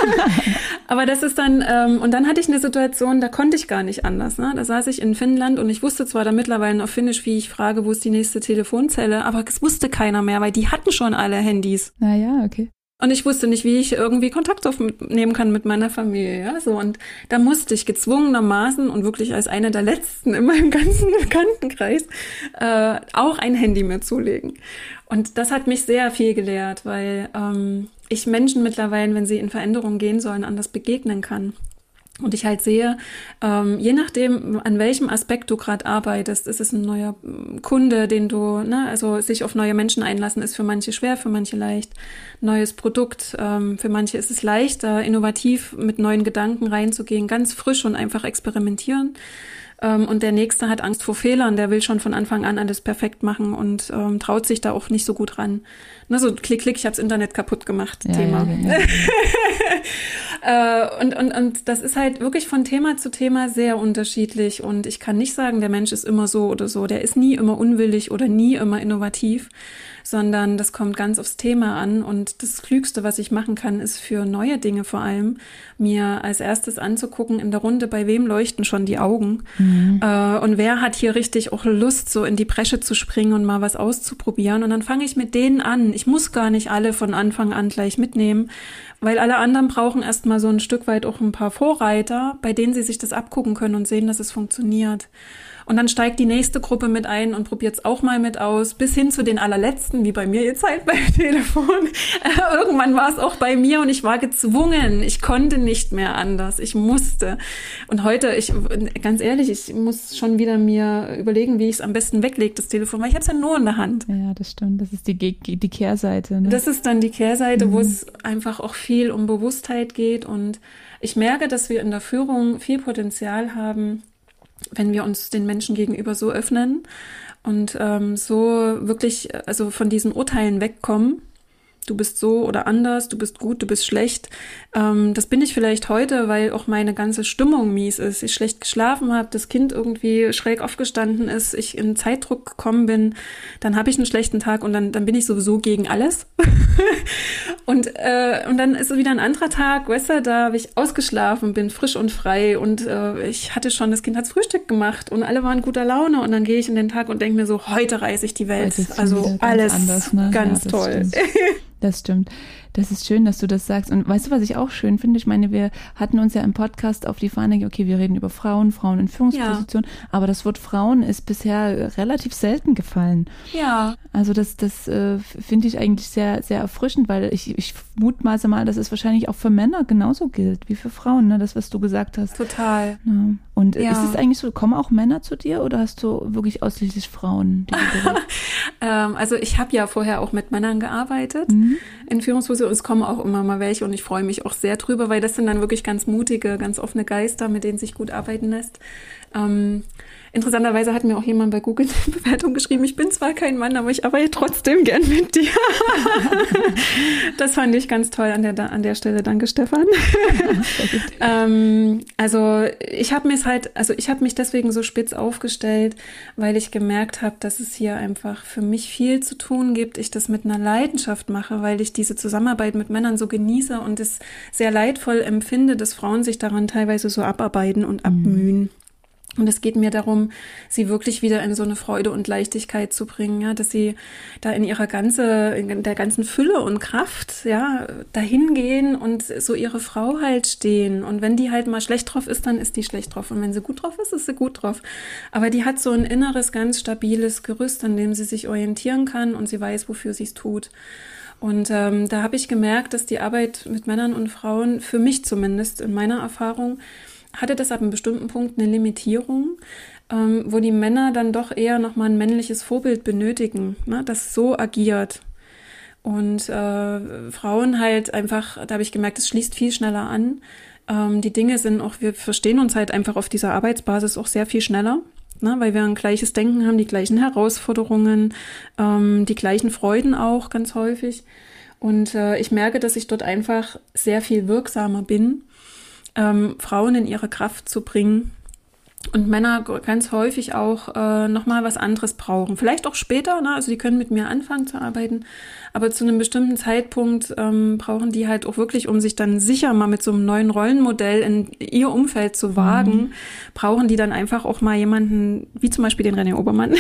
Aber das ist dann, und dann hatte ich eine Situation, da konnte ich gar nicht anders. Ne? Da saß ich in Finnland und ich wusste zwar da mittlerweile auf Finnisch, wie ich frage, wo ist die nächste Telefonzelle, aber es wusste keiner mehr, weil die hatten schon alle Handys. Ah ja, okay. Und ich wusste nicht, wie ich irgendwie Kontakt aufnehmen kann mit meiner Familie, ja, so. Und da musste ich gezwungenermaßen und wirklich als eine der letzten in meinem ganzen Bekanntenkreis auch ein Handy mir zulegen. Und das hat mich sehr viel gelehrt, weil ich Menschen mittlerweile, wenn sie in Veränderungen gehen sollen, anders begegnen kann. Und ich halt sehe, je nachdem, an welchem Aspekt du gerade arbeitest, ist es ein neuer Kunde, den du, ne, also sich auf neue Menschen einlassen, ist für manche schwer, für manche leicht. Neues Produkt, für manche ist es leichter, innovativ mit neuen Gedanken reinzugehen, ganz frisch und einfach experimentieren. Und der Nächste hat Angst vor Fehlern, der will schon von Anfang an alles perfekt machen und traut sich da auch nicht so gut ran. Ne, so klick, ich habe das Internet kaputt gemacht, Thema. Und das ist halt wirklich von Thema zu Thema sehr unterschiedlich und ich kann nicht sagen, der Mensch ist immer so oder so. Der ist nie immer unwillig oder nie immer innovativ, sondern das kommt ganz aufs Thema an und das Klügste, was ich machen kann, ist für neue Dinge vor allem, mir als erstes anzugucken in der Runde, bei wem leuchten schon die Augen und wer hat hier richtig auch Lust, so in die Bresche zu springen und mal was auszuprobieren und dann fange ich mit denen an. Ich muss gar nicht alle von Anfang an gleich mitnehmen, weil alle anderen brauchen erstmal so ein Stück weit auch ein paar Vorreiter, bei denen sie sich das abgucken können und sehen, dass es funktioniert. Und dann steigt die nächste Gruppe mit ein und probiert es auch mal mit aus, bis hin zu den allerletzten, wie bei mir jetzt halt beim Telefon. Irgendwann war es auch bei mir und ich war gezwungen. Ich konnte nicht mehr anders. Ich musste. Und heute, ganz ehrlich, ich muss schon wieder mir überlegen, wie ich es am besten weglege, das Telefon, weil ich habe es ja nur in der Hand. Ja, das stimmt. Das ist die Kehrseite. Ne? Das ist dann die Kehrseite, wo es einfach auch viel um Bewusstheit geht. Und ich merke, dass wir in der Führung viel Potenzial haben, wenn wir uns den Menschen gegenüber so öffnen und so wirklich, also von diesen Urteilen wegkommen. Du bist so oder anders, du bist gut, du bist schlecht. Das bin ich vielleicht heute, weil auch meine ganze Stimmung mies ist. Ich schlecht geschlafen habe, das Kind irgendwie schräg aufgestanden ist, ich in Zeitdruck gekommen bin, dann habe ich einen schlechten Tag und dann bin ich sowieso gegen alles. und dann ist wieder ein anderer Tag, weißt du, da habe ich ausgeschlafen, bin frisch und frei und ich hatte schon, das Kind hat's Frühstück gemacht und alle waren guter Laune und dann gehe ich in den Tag und denke mir so, heute reiße ich die Welt. Also alles anders, ne? ganz ja, toll. Das stimmt. Das ist schön, dass du das sagst. Und weißt du, was ich auch schön finde? Ich meine, wir hatten uns ja im Podcast auf die Fahne, okay, wir reden über Frauen in Führungspositionen, aber das Wort Frauen ist bisher relativ selten gefallen. Ja. Also das finde ich eigentlich sehr, sehr erfrischend, weil ich mutmaße mal, dass es wahrscheinlich auch für Männer genauso gilt wie für Frauen, ne? Das, was du gesagt hast. Total. Ja. Und ist es eigentlich so, kommen auch Männer zu dir oder hast du wirklich ausschließlich Frauen? Also ich habe ja vorher auch mit Männern gearbeitet in Führungspositionen. Es kommen auch immer mal welche und ich freue mich auch sehr drüber, weil das sind dann wirklich ganz mutige, ganz offene Geister, mit denen sich gut arbeiten lässt. Interessanterweise hat mir auch jemand bei Google eine Bewertung geschrieben, ich bin zwar kein Mann, aber ich arbeite trotzdem gern mit dir. Das fand ich ganz toll an der Stelle. Danke, Stefan. Also ich habe mich deswegen so spitz aufgestellt, weil ich gemerkt habe, dass es hier einfach für mich viel zu tun gibt. Ich das mit einer Leidenschaft mache, weil ich diese Zusammenarbeit mit Männern so genieße und es sehr leidvoll empfinde, dass Frauen sich daran teilweise so abarbeiten und abmühen. Und es geht mir darum, sie wirklich wieder in so eine Freude und Leichtigkeit zu bringen, ja, dass sie da in der ganzen Fülle und Kraft, ja, dahin gehen und so ihre Frau halt stehen. Und wenn die halt mal schlecht drauf ist, dann ist die schlecht drauf. Und wenn sie gut drauf ist, ist sie gut drauf. Aber die hat so ein inneres, ganz stabiles Gerüst, an dem sie sich orientieren kann und sie weiß, wofür sie es tut. Und da habe ich gemerkt, dass die Arbeit mit Männern und Frauen, für mich zumindest in meiner Erfahrung, hatte das ab einem bestimmten Punkt eine Limitierung, wo die Männer dann doch eher nochmal ein männliches Vorbild benötigen, ne, das so agiert. Und Frauen halt einfach, da habe ich gemerkt, es schließt viel schneller an. Die Dinge sind auch, wir verstehen uns halt einfach auf dieser Arbeitsbasis auch sehr viel schneller, ne, weil wir ein gleiches Denken haben, die gleichen Herausforderungen, die gleichen Freuden auch ganz häufig. Und ich merke, dass ich dort einfach sehr viel wirksamer bin, Frauen in ihre Kraft zu bringen und Männer ganz häufig auch nochmal was anderes brauchen. Vielleicht auch später, ne? Also die können mit mir anfangen zu arbeiten, aber zu einem bestimmten Zeitpunkt brauchen die halt auch wirklich, um sich dann sicher mal mit so einem neuen Rollenmodell in ihr Umfeld zu wagen, brauchen die dann einfach auch mal jemanden, wie zum Beispiel den René Obermann,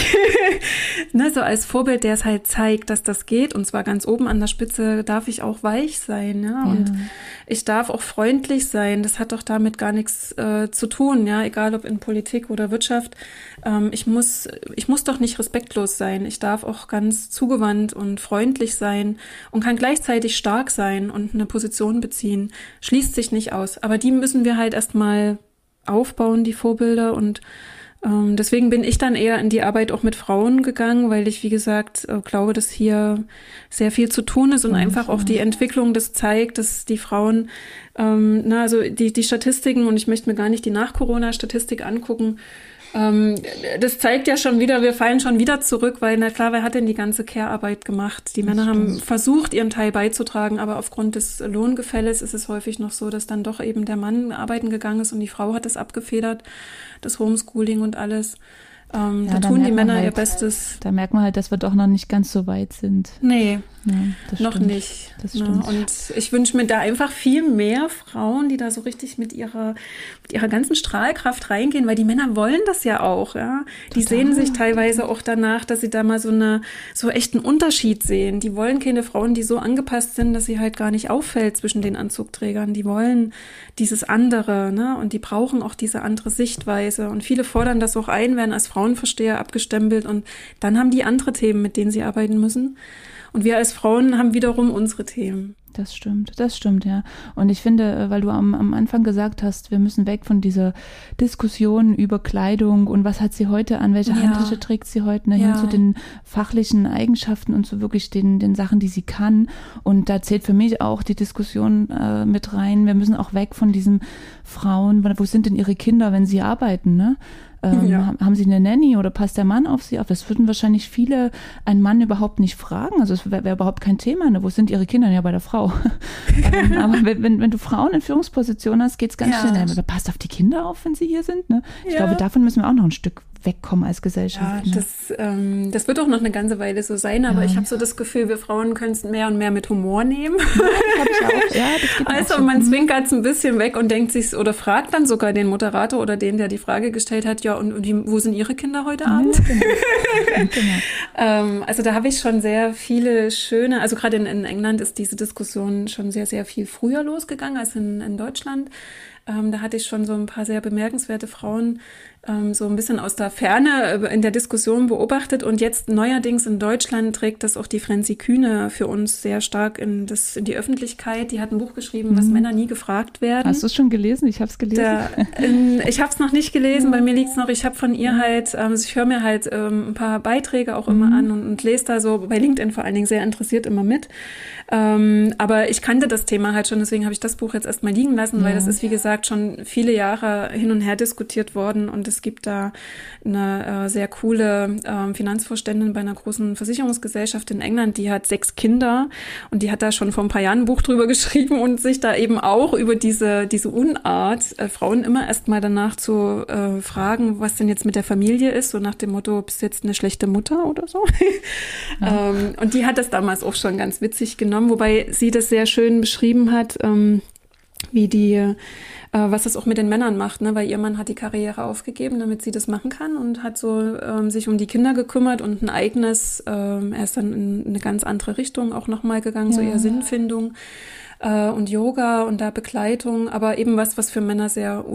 ne? So als Vorbild, der es halt zeigt, dass das geht, und zwar ganz oben an der Spitze darf ich auch weich sein, ja, und ich darf auch freundlich sein. Das hat doch damit gar nichts zu tun, ja, egal ob in Politik oder Wirtschaft. Ich muss doch nicht respektlos sein. Ich darf auch ganz zugewandt und freundlich sein und kann gleichzeitig stark sein und eine Position beziehen. Schließt sich nicht aus. Aber die müssen wir halt erstmal aufbauen, die Vorbilder, und deswegen bin ich dann eher in die Arbeit auch mit Frauen gegangen, weil ich, wie gesagt, glaube, dass hier sehr viel zu tun ist und einfach auch die Entwicklung das zeigt, dass die Frauen, also die Statistiken, und ich möchte mir gar nicht die Nach-Corona-Statistik angucken, das zeigt ja schon wieder, wir fallen schon wieder zurück, weil, na klar, wer hat denn die ganze Care-Arbeit gemacht? Die Männer haben versucht, ihren Teil beizutragen, aber aufgrund des Lohngefälles ist es häufig noch so, dass dann doch eben der Mann arbeiten gegangen ist und die Frau hat das abgefedert, das Homeschooling und alles. Da tun die Männer halt ihr Bestes. Da merkt man halt, dass wir doch noch nicht ganz so weit sind. Nee, ja, das noch stimmt. nicht. Das stimmt. Und ich wünsche mir da einfach viel mehr Frauen, die da so richtig mit ihrer ganzen Strahlkraft reingehen, weil die Männer wollen das ja auch. Ja? Die sehnen sich teilweise auch danach, dass sie da mal so echt einen Unterschied sehen. Die wollen keine Frauen, die so angepasst sind, dass sie halt gar nicht auffällt zwischen den Anzugträgern. Die wollen dieses andere, ne? Und die brauchen auch diese andere Sichtweise. Und viele fordern das auch ein, werden als Frauenversteher abgestempelt, und dann haben die andere Themen, mit denen sie arbeiten müssen. Und wir als Frauen haben wiederum unsere Themen. Das stimmt, ja. Und ich finde, weil du am Anfang gesagt hast, wir müssen weg von dieser Diskussion über Kleidung und was hat sie heute an, welche Handtasche trägt sie heute, ne, hin zu den fachlichen Eigenschaften und zu wirklich den Sachen, die sie kann. Und da zählt für mich auch die Diskussion mit rein. Wir müssen auch weg von diesem Frauen, wo sind denn ihre Kinder, wenn sie arbeiten, ne? Haben sie eine Nanny oder passt der Mann auf sie auf? Das würden wahrscheinlich viele einen Mann überhaupt nicht fragen. Also es wäre überhaupt kein Thema. Ne? Wo sind ihre Kinder? Ja, bei der Frau. Aber wenn du Frauen in Führungspositionen hast, geht es ganz schnell. Aber passt auf die Kinder auf, wenn sie hier sind. Ne? Ich glaube, davon müssen wir auch noch ein Stück wegkommen als Gesellschaft. Ja, ne? Das wird auch noch eine ganze Weile so sein, aber ich habe so das Gefühl, wir Frauen können es mehr und mehr mit Humor nehmen. Ja, das auch. Ja, das geht also auch so. Man zwinkert es ein bisschen weg und denkt sich, oder fragt dann sogar den Moderator oder den, der die Frage gestellt hat, ja, und wo sind Ihre Kinder heute Abend? Ja, genau. Also da habe ich schon sehr viele schöne, also gerade in England ist diese Diskussion schon sehr, sehr viel früher losgegangen als in Deutschland. Da hatte ich schon so ein paar sehr bemerkenswerte Frauen so ein bisschen aus der Ferne in der Diskussion beobachtet. Und jetzt neuerdings in Deutschland trägt das auch die Frenzi Kühne für uns sehr stark in die Öffentlichkeit. Die hat ein Buch geschrieben, was Männer nie gefragt werden. Hast du es schon gelesen? Ich habe es gelesen. Ich habe es noch nicht gelesen, bei mir liegt es noch. Ich habe von ihr halt, ich höre mir halt ein paar Beiträge auch immer an und lese da so, bei LinkedIn vor allen Dingen sehr interessiert immer mit. Aber ich kannte das Thema halt schon, deswegen habe ich das Buch jetzt erstmal liegen lassen, weil das ist, wie gesagt, gesagt, schon viele Jahre hin und her diskutiert worden und es gibt da eine sehr coole Finanzvorständin bei einer großen Versicherungsgesellschaft in England, die hat 6 Kinder und die hat da schon vor ein paar Jahren ein Buch drüber geschrieben und sich da eben auch über diese Unart, Frauen immer erst mal danach zu fragen, was denn jetzt mit der Familie ist, so nach dem Motto, bist du jetzt eine schlechte Mutter oder so. Ja. Und die hat das damals auch schon ganz witzig genommen, wobei sie das sehr schön beschrieben hat, was das auch mit den Männern macht, ne? Weil ihr Mann hat die Karriere aufgegeben, damit sie das machen kann und hat so sich um die Kinder gekümmert und ein eigenes, er ist dann in eine ganz andere Richtung auch nochmal gegangen, so eher Sinnfindung und Yoga und da Begleitung, aber eben was für Männer sehr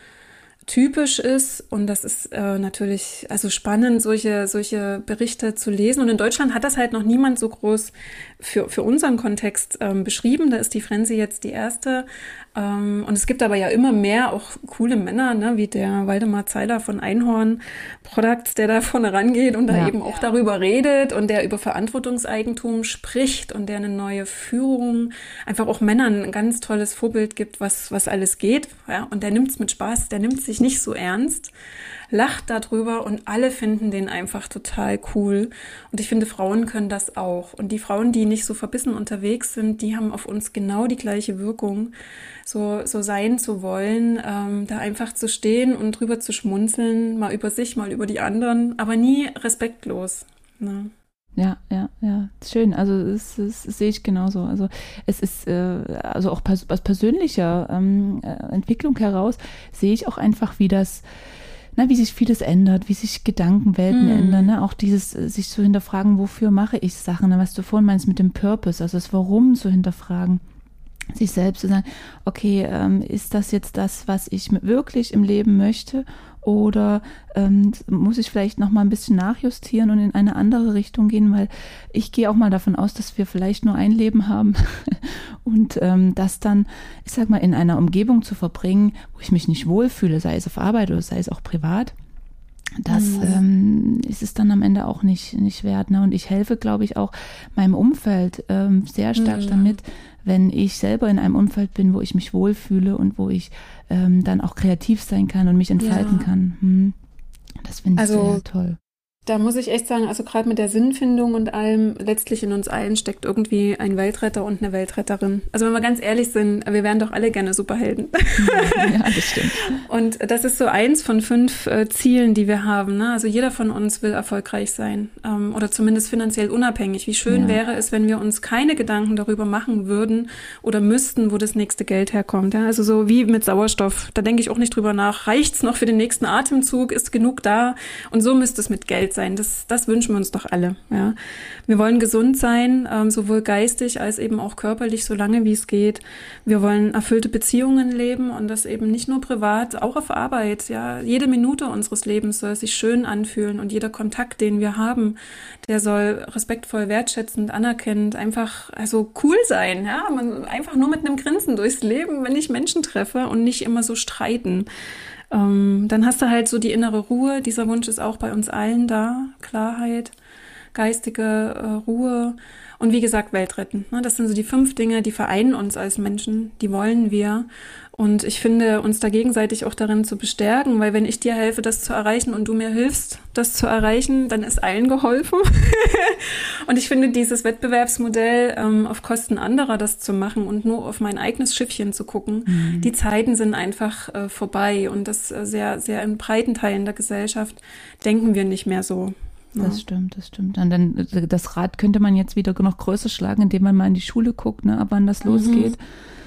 typisch ist und das ist natürlich also spannend, solche Berichte zu lesen und in Deutschland hat das halt noch niemand so groß für unseren Kontext beschrieben, da ist die Frenzy jetzt die erste und es gibt aber ja immer mehr auch coole Männer, ne, wie der Waldemar Zeiler von Einhorn Products, der da vorne rangeht und da eben auch darüber redet und der über Verantwortungseigentum spricht und der eine neue Führung, einfach auch Männern ein ganz tolles Vorbild gibt, was alles geht, ja, und der nimmt's mit Spaß, der nimmt sich nicht so ernst, lacht darüber und alle finden den einfach total cool. Und ich finde, Frauen können das auch. Und die Frauen, die nicht so verbissen unterwegs sind, die haben auf uns genau die gleiche Wirkung, so sein zu wollen, da einfach zu stehen und drüber zu schmunzeln, mal über sich, mal über die anderen, aber nie respektlos. Ne? Ja, schön. Also das sehe ich genauso. Also es ist also auch aus persönlicher Entwicklung heraus sehe ich auch einfach, wie sich vieles ändert, wie sich Gedankenwelten ändern. Ne? Auch dieses sich zu hinterfragen, wofür mache ich Sachen, ne? Was du vorhin meinst mit dem Purpose, also das Warum zu hinterfragen. Sich selbst zu sagen, okay, ist das jetzt das, was ich wirklich im Leben möchte? Oder muss ich vielleicht noch mal ein bisschen nachjustieren und in eine andere Richtung gehen? Weil ich gehe auch mal davon aus, dass wir vielleicht nur ein Leben haben und das dann, ich sag mal, in einer Umgebung zu verbringen, wo ich mich nicht wohlfühle, sei es auf Arbeit oder sei es auch privat. Das ist es dann am Ende auch nicht wert. Ne? Und ich helfe, glaube ich, auch meinem Umfeld sehr stark damit, wenn ich selber in einem Umfeld bin, wo ich mich wohlfühle und wo ich dann auch kreativ sein kann und mich entfalten kann. Das finde ich sehr toll. Da muss ich echt sagen, also gerade mit der Sinnfindung und allem, letztlich in uns allen steckt irgendwie ein Weltretter und eine Weltretterin. Also wenn wir ganz ehrlich sind, wir wären doch alle gerne Superhelden. Ja, das stimmt. Und das ist so eins von 5 Zielen, die wir haben. Ne? Also jeder von uns will erfolgreich sein oder zumindest finanziell unabhängig. Wie schön wäre es, wenn wir uns keine Gedanken darüber machen würden oder müssten, wo das nächste Geld herkommt. Ja? Also so wie mit Sauerstoff. Da denke ich auch nicht drüber nach. Reicht's noch für den nächsten Atemzug? Ist genug da? Und so müsste es mit Geld sein. Das wünschen wir uns doch alle. Ja. Wir wollen gesund sein, sowohl geistig als eben auch körperlich, so lange wie es geht. Wir wollen erfüllte Beziehungen leben und das eben nicht nur privat, auch auf Arbeit. Ja. Jede Minute unseres Lebens soll sich schön anfühlen und jeder Kontakt, den wir haben, der soll respektvoll, wertschätzend, anerkennend, einfach also cool sein. Ja. Einfach nur mit einem Grinsen durchs Leben, wenn ich Menschen treffe und nicht immer so streiten. Dann hast du halt so die innere Ruhe. Dieser Wunsch ist auch bei uns allen da. Klarheit, geistige Ruhe und wie gesagt Welt retten. Das sind so die 5 Dinge, die vereinen uns als Menschen, die wollen wir. Und ich finde, uns da gegenseitig auch darin zu bestärken, weil wenn ich dir helfe, das zu erreichen und du mir hilfst, das zu erreichen, dann ist allen geholfen. Und ich finde, dieses Wettbewerbsmodell, auf Kosten anderer das zu machen und nur auf mein eigenes Schiffchen zu gucken, die Zeiten sind einfach vorbei. Und das sehr, sehr in breiten Teilen der Gesellschaft denken wir nicht mehr so. Das stimmt. Und dann das Rad könnte man jetzt wieder noch größer schlagen, indem man mal in die Schule guckt, ne, ab wann das losgeht.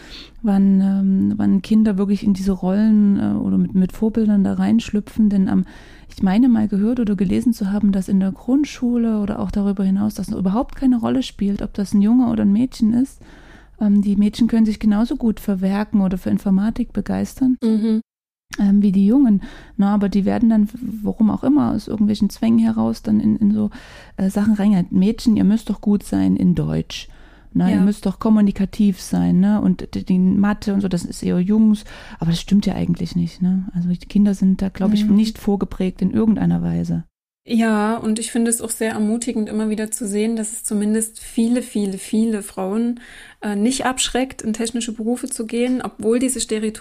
Wann Kinder wirklich in diese Rollen oder mit Vorbildern da reinschlüpfen. Denn ich meine mal gehört oder gelesen zu haben, dass in der Grundschule oder auch darüber hinaus das überhaupt keine Rolle spielt, ob das ein Junge oder ein Mädchen ist. Die Mädchen können sich genauso gut für Werken oder für Informatik begeistern. Wie die Jungen. Na, aber die werden dann, warum auch immer, aus irgendwelchen Zwängen heraus dann in so Sachen reingehalten. Mädchen, ihr müsst doch gut sein in Deutsch. Na, ihr müsst doch kommunikativ sein, ne? Und die Mathe und so, das ist eher Jungs, aber das stimmt ja eigentlich nicht, ne? Also die Kinder sind da, glaube ich, nicht vorgeprägt in irgendeiner Weise. Ja, und ich finde es auch sehr ermutigend, immer wieder zu sehen, dass es zumindest viele, viele, viele Frauen nicht abschreckt, in technische Berufe zu gehen, obwohl diese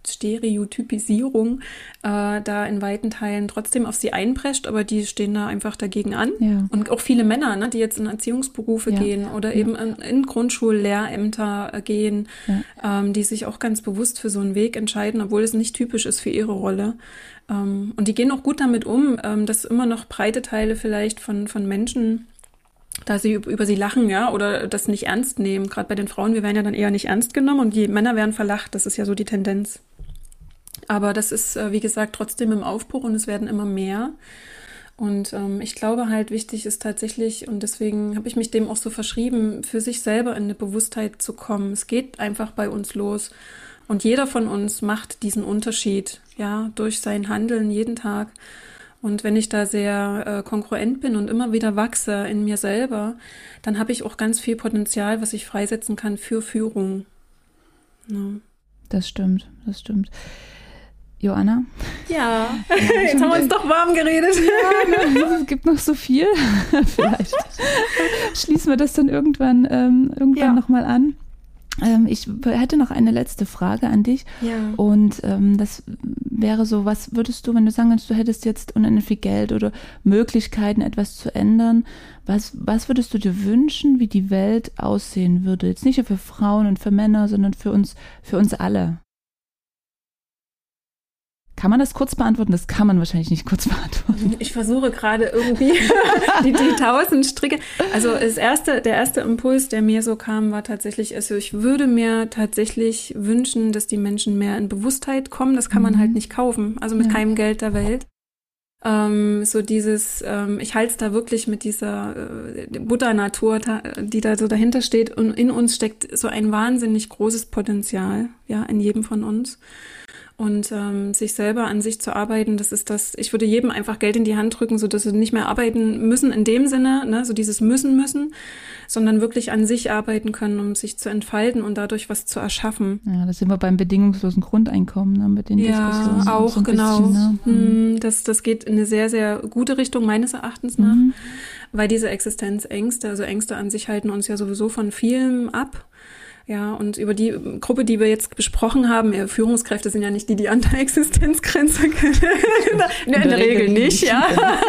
Stereotypisierung da in weiten Teilen trotzdem auf sie einprescht, aber die stehen da einfach dagegen an. Ja. Und auch viele Männer, ne, die jetzt in Erziehungsberufe gehen oder eben in Grundschullehrämter gehen, die sich auch ganz bewusst für so einen Weg entscheiden, obwohl es nicht typisch ist für ihre Rolle. Und die gehen auch gut damit um, dass immer noch breite Teile vielleicht von Menschen, da sie über sie lachen, ja, oder das nicht ernst nehmen. Gerade bei den Frauen, wir werden ja dann eher nicht ernst genommen und die Männer werden verlacht. Das ist ja so die Tendenz. Aber das ist, wie gesagt, trotzdem im Aufbruch und es werden immer mehr. Und ich glaube halt, wichtig ist tatsächlich, und deswegen habe ich mich dem auch so verschrieben, für sich selber in eine Bewusstheit zu kommen. Es geht einfach bei uns los. Und jeder von uns macht diesen Unterschied, ja, durch sein Handeln jeden Tag. Und wenn ich da sehr kongruent bin und immer wieder wachse in mir selber, dann habe ich auch ganz viel Potenzial, was ich freisetzen kann für Führung. Ja. Das stimmt. Joanna? Ja, jetzt haben wir uns doch warm geredet. Ja, es gibt noch so viel. Vielleicht schließen wir das dann irgendwann nochmal an. Ich hätte noch eine letzte Frage an dich. Ja. Und das wäre so, was würdest du, wenn du sagen würdest, du hättest jetzt unendlich viel Geld oder Möglichkeiten, etwas zu ändern, was würdest du dir wünschen, wie die Welt aussehen würde? Jetzt nicht nur für Frauen und für Männer, sondern für uns alle. Kann man das kurz beantworten? Das kann man wahrscheinlich nicht kurz beantworten. Ich versuche gerade irgendwie die 1000 Stricke. Also der erste Impuls, der mir so kam, war tatsächlich, also ich würde mir tatsächlich wünschen, dass die Menschen mehr in Bewusstheit kommen. Das kann man halt nicht kaufen, also mit keinem Geld der Welt. So dieses, ich halte es da wirklich mit dieser Buddha-Natur, die da so dahinter steht. Und in uns steckt so ein wahnsinnig großes Potenzial, ja, in jedem von uns. Und sich selber an sich zu arbeiten, das ist das, ich würde jedem einfach Geld in die Hand drücken, so dass sie nicht mehr arbeiten müssen in dem Sinne, ne, so dieses müssen, sondern wirklich an sich arbeiten können, um sich zu entfalten und dadurch was zu erschaffen. Ja, da sind wir beim bedingungslosen Grundeinkommen, ne, mit den Diskussionen. Ja, auch, so genau. Bisschen, ne? Das geht in eine sehr, sehr gute Richtung, meines Erachtens nach, weil diese Existenzängste, also Ängste an sich halten uns ja sowieso von vielem ab. Ja, und über die Gruppe, die wir jetzt besprochen haben, Führungskräfte sind ja nicht die an der Existenzgrenze können. in der Regel nicht, ja.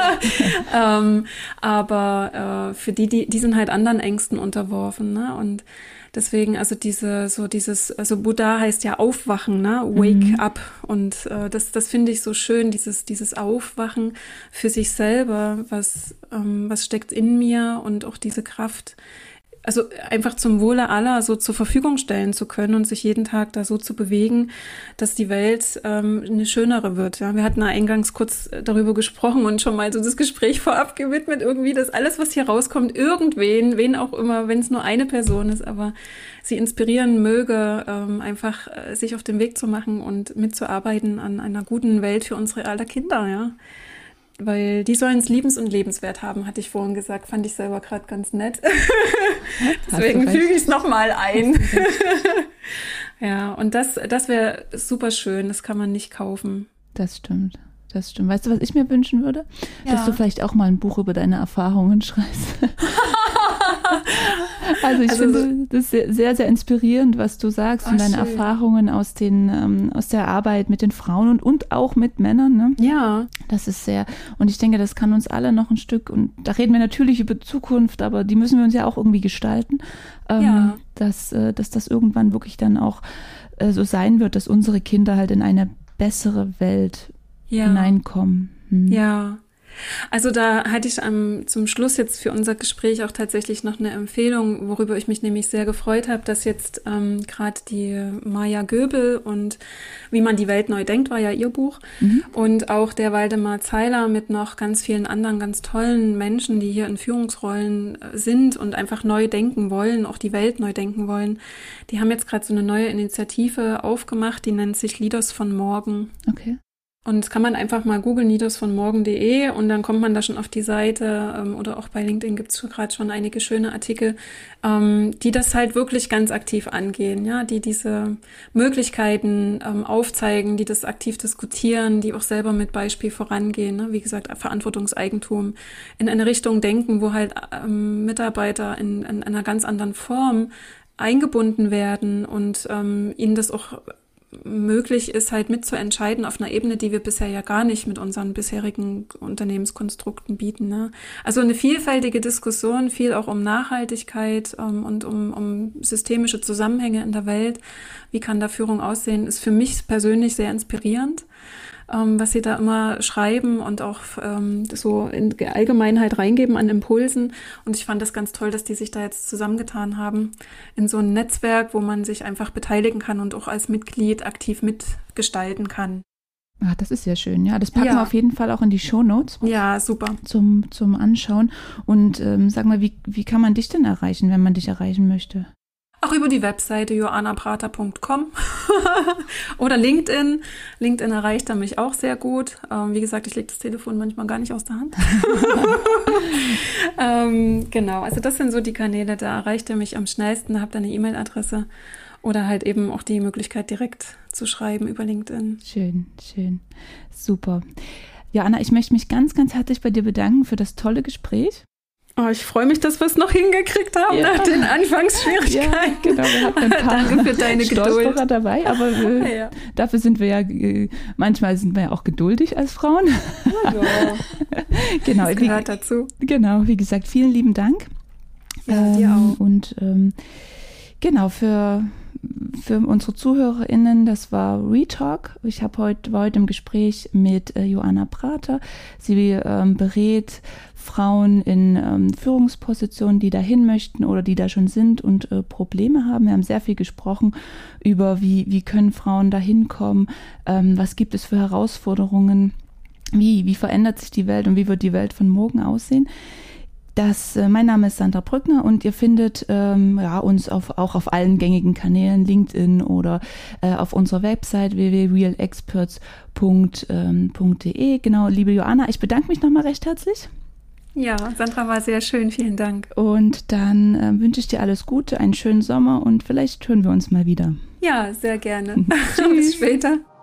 Aber für die sind halt anderen Ängsten unterworfen, ne? Und deswegen, also also Buddha heißt ja Aufwachen, ne? Wake up. Und das finde ich so schön, dieses Aufwachen für sich selber, was steckt in mir und auch diese Kraft, also einfach zum Wohle aller so zur Verfügung stellen zu können und sich jeden Tag da so zu bewegen, dass die Welt eine schönere wird. Ja, wir hatten eingangs kurz darüber gesprochen und schon mal so das Gespräch vorab gewidmet, irgendwie, dass alles, was hier rauskommt, wen auch immer, wenn es nur eine Person ist, aber sie inspirieren möge, einfach sich auf den Weg zu machen und mitzuarbeiten an einer guten Welt für unsere aller Kinder, ja. Weil die sollen es liebens- und lebenswert haben, hatte ich vorhin gesagt. Fand ich selber gerade ganz nett. Deswegen füge ich es nochmal ein. Ja, und das wäre super schön. Das kann man nicht kaufen. Das stimmt. Weißt du, was ich mir wünschen würde? Ja. Dass du vielleicht auch mal ein Buch über deine Erfahrungen schreibst. Also ich finde das sehr, sehr inspirierend, was du sagst und deine schön. Erfahrungen aus der Arbeit mit den Frauen und auch mit Männern. Ne? Ja. Das ist sehr, und ich denke, das kann uns alle noch ein Stück, und da reden wir natürlich über Zukunft, aber die müssen wir uns ja auch irgendwie gestalten, dass das irgendwann wirklich dann auch so sein wird, dass unsere Kinder halt in eine bessere Welt hineinkommen. Ja. Also da hatte ich zum Schluss jetzt für unser Gespräch auch tatsächlich noch eine Empfehlung, worüber ich mich nämlich sehr gefreut habe, dass jetzt gerade die Maja Göbel und Wie man die Welt neu denkt, war ja ihr Buch, und auch der Waldemar Zeiler mit noch ganz vielen anderen ganz tollen Menschen, die hier in Führungsrollen sind und einfach neu denken wollen, auch die Welt neu denken wollen. Die haben jetzt gerade so eine neue Initiative aufgemacht, die nennt sich Leaders von Morgen. Okay. Und das kann man einfach mal googeln, leadersvonmorgen.de, und dann kommt man da schon auf die Seite, oder auch bei LinkedIn gibt es gerade schon einige schöne Artikel, die das halt wirklich ganz aktiv angehen, ja, die diese Möglichkeiten aufzeigen, die das aktiv diskutieren, die auch selber mit Beispiel vorangehen, ne? Wie gesagt, Verantwortungseigentum, in eine Richtung denken, wo halt Mitarbeiter in einer ganz anderen Form eingebunden werden und ihnen das auch möglich ist, halt mitzuentscheiden auf einer Ebene, die wir bisher ja gar nicht mit unseren bisherigen Unternehmenskonstrukten bieten. Ne? Also eine vielfältige Diskussion, viel auch um Nachhaltigkeit und um systemische Zusammenhänge in der Welt. Wie kann da Führung aussehen, ist für mich persönlich sehr inspirierend, was sie da immer schreiben und auch so in Allgemeinheit reingeben an Impulsen. Und ich fand das ganz toll, dass die sich da jetzt zusammengetan haben in so ein Netzwerk, wo man sich einfach beteiligen kann und auch als Mitglied aktiv mitgestalten kann. Ach, das ist ja schön. Ja, das packen wir auf jeden Fall auch in die Shownotes. Ja, super. Zum Anschauen. Und sag mal, wie kann man dich denn erreichen, wenn man dich erreichen möchte? Auch über die Webseite joannaprater.com oder LinkedIn. LinkedIn erreicht er mich auch sehr gut. Wie gesagt, ich lege das Telefon manchmal gar nicht aus der Hand. Genau, also das sind so die Kanäle, da erreicht er mich am schnellsten. Da habt ihr eine E-Mail-Adresse oder halt eben auch die Möglichkeit, direkt zu schreiben über LinkedIn. Schön. Super. Joanna, ich möchte mich ganz, ganz herzlich bei dir bedanken für das tolle Gespräch. Oh, ich freue mich, dass wir es noch hingekriegt haben nach den Anfangsschwierigkeiten. Ja, genau, wir hatten ein paar Danke für deine Geduld dabei, aber dafür sind wir ja, manchmal sind wir ja auch geduldig als Frauen. Ja. Genau, das gehört dazu. Genau, wie gesagt, vielen lieben Dank. Ja, dir auch. Und genau, für unsere ZuhörerInnen, das war Retalk. Ich war heute im Gespräch mit Joanna Prater. Sie berät Frauen in Führungspositionen, die dahin möchten oder die da schon sind und Probleme haben. Wir haben sehr viel gesprochen über, wie können Frauen dahin kommen, was gibt es für Herausforderungen, wie verändert sich die Welt und wie wird die Welt von morgen aussehen. Mein Name ist Sandra Brückner und ihr findet uns auch auf allen gängigen Kanälen, LinkedIn oder auf unserer Website www.realexperts.de. Genau, liebe Joanna, ich bedanke mich nochmal recht herzlich. Ja, Sandra, war sehr schön, vielen Dank. Und dann wünsche ich dir alles Gute, einen schönen Sommer und vielleicht hören wir uns mal wieder. Ja, sehr gerne. Bis später.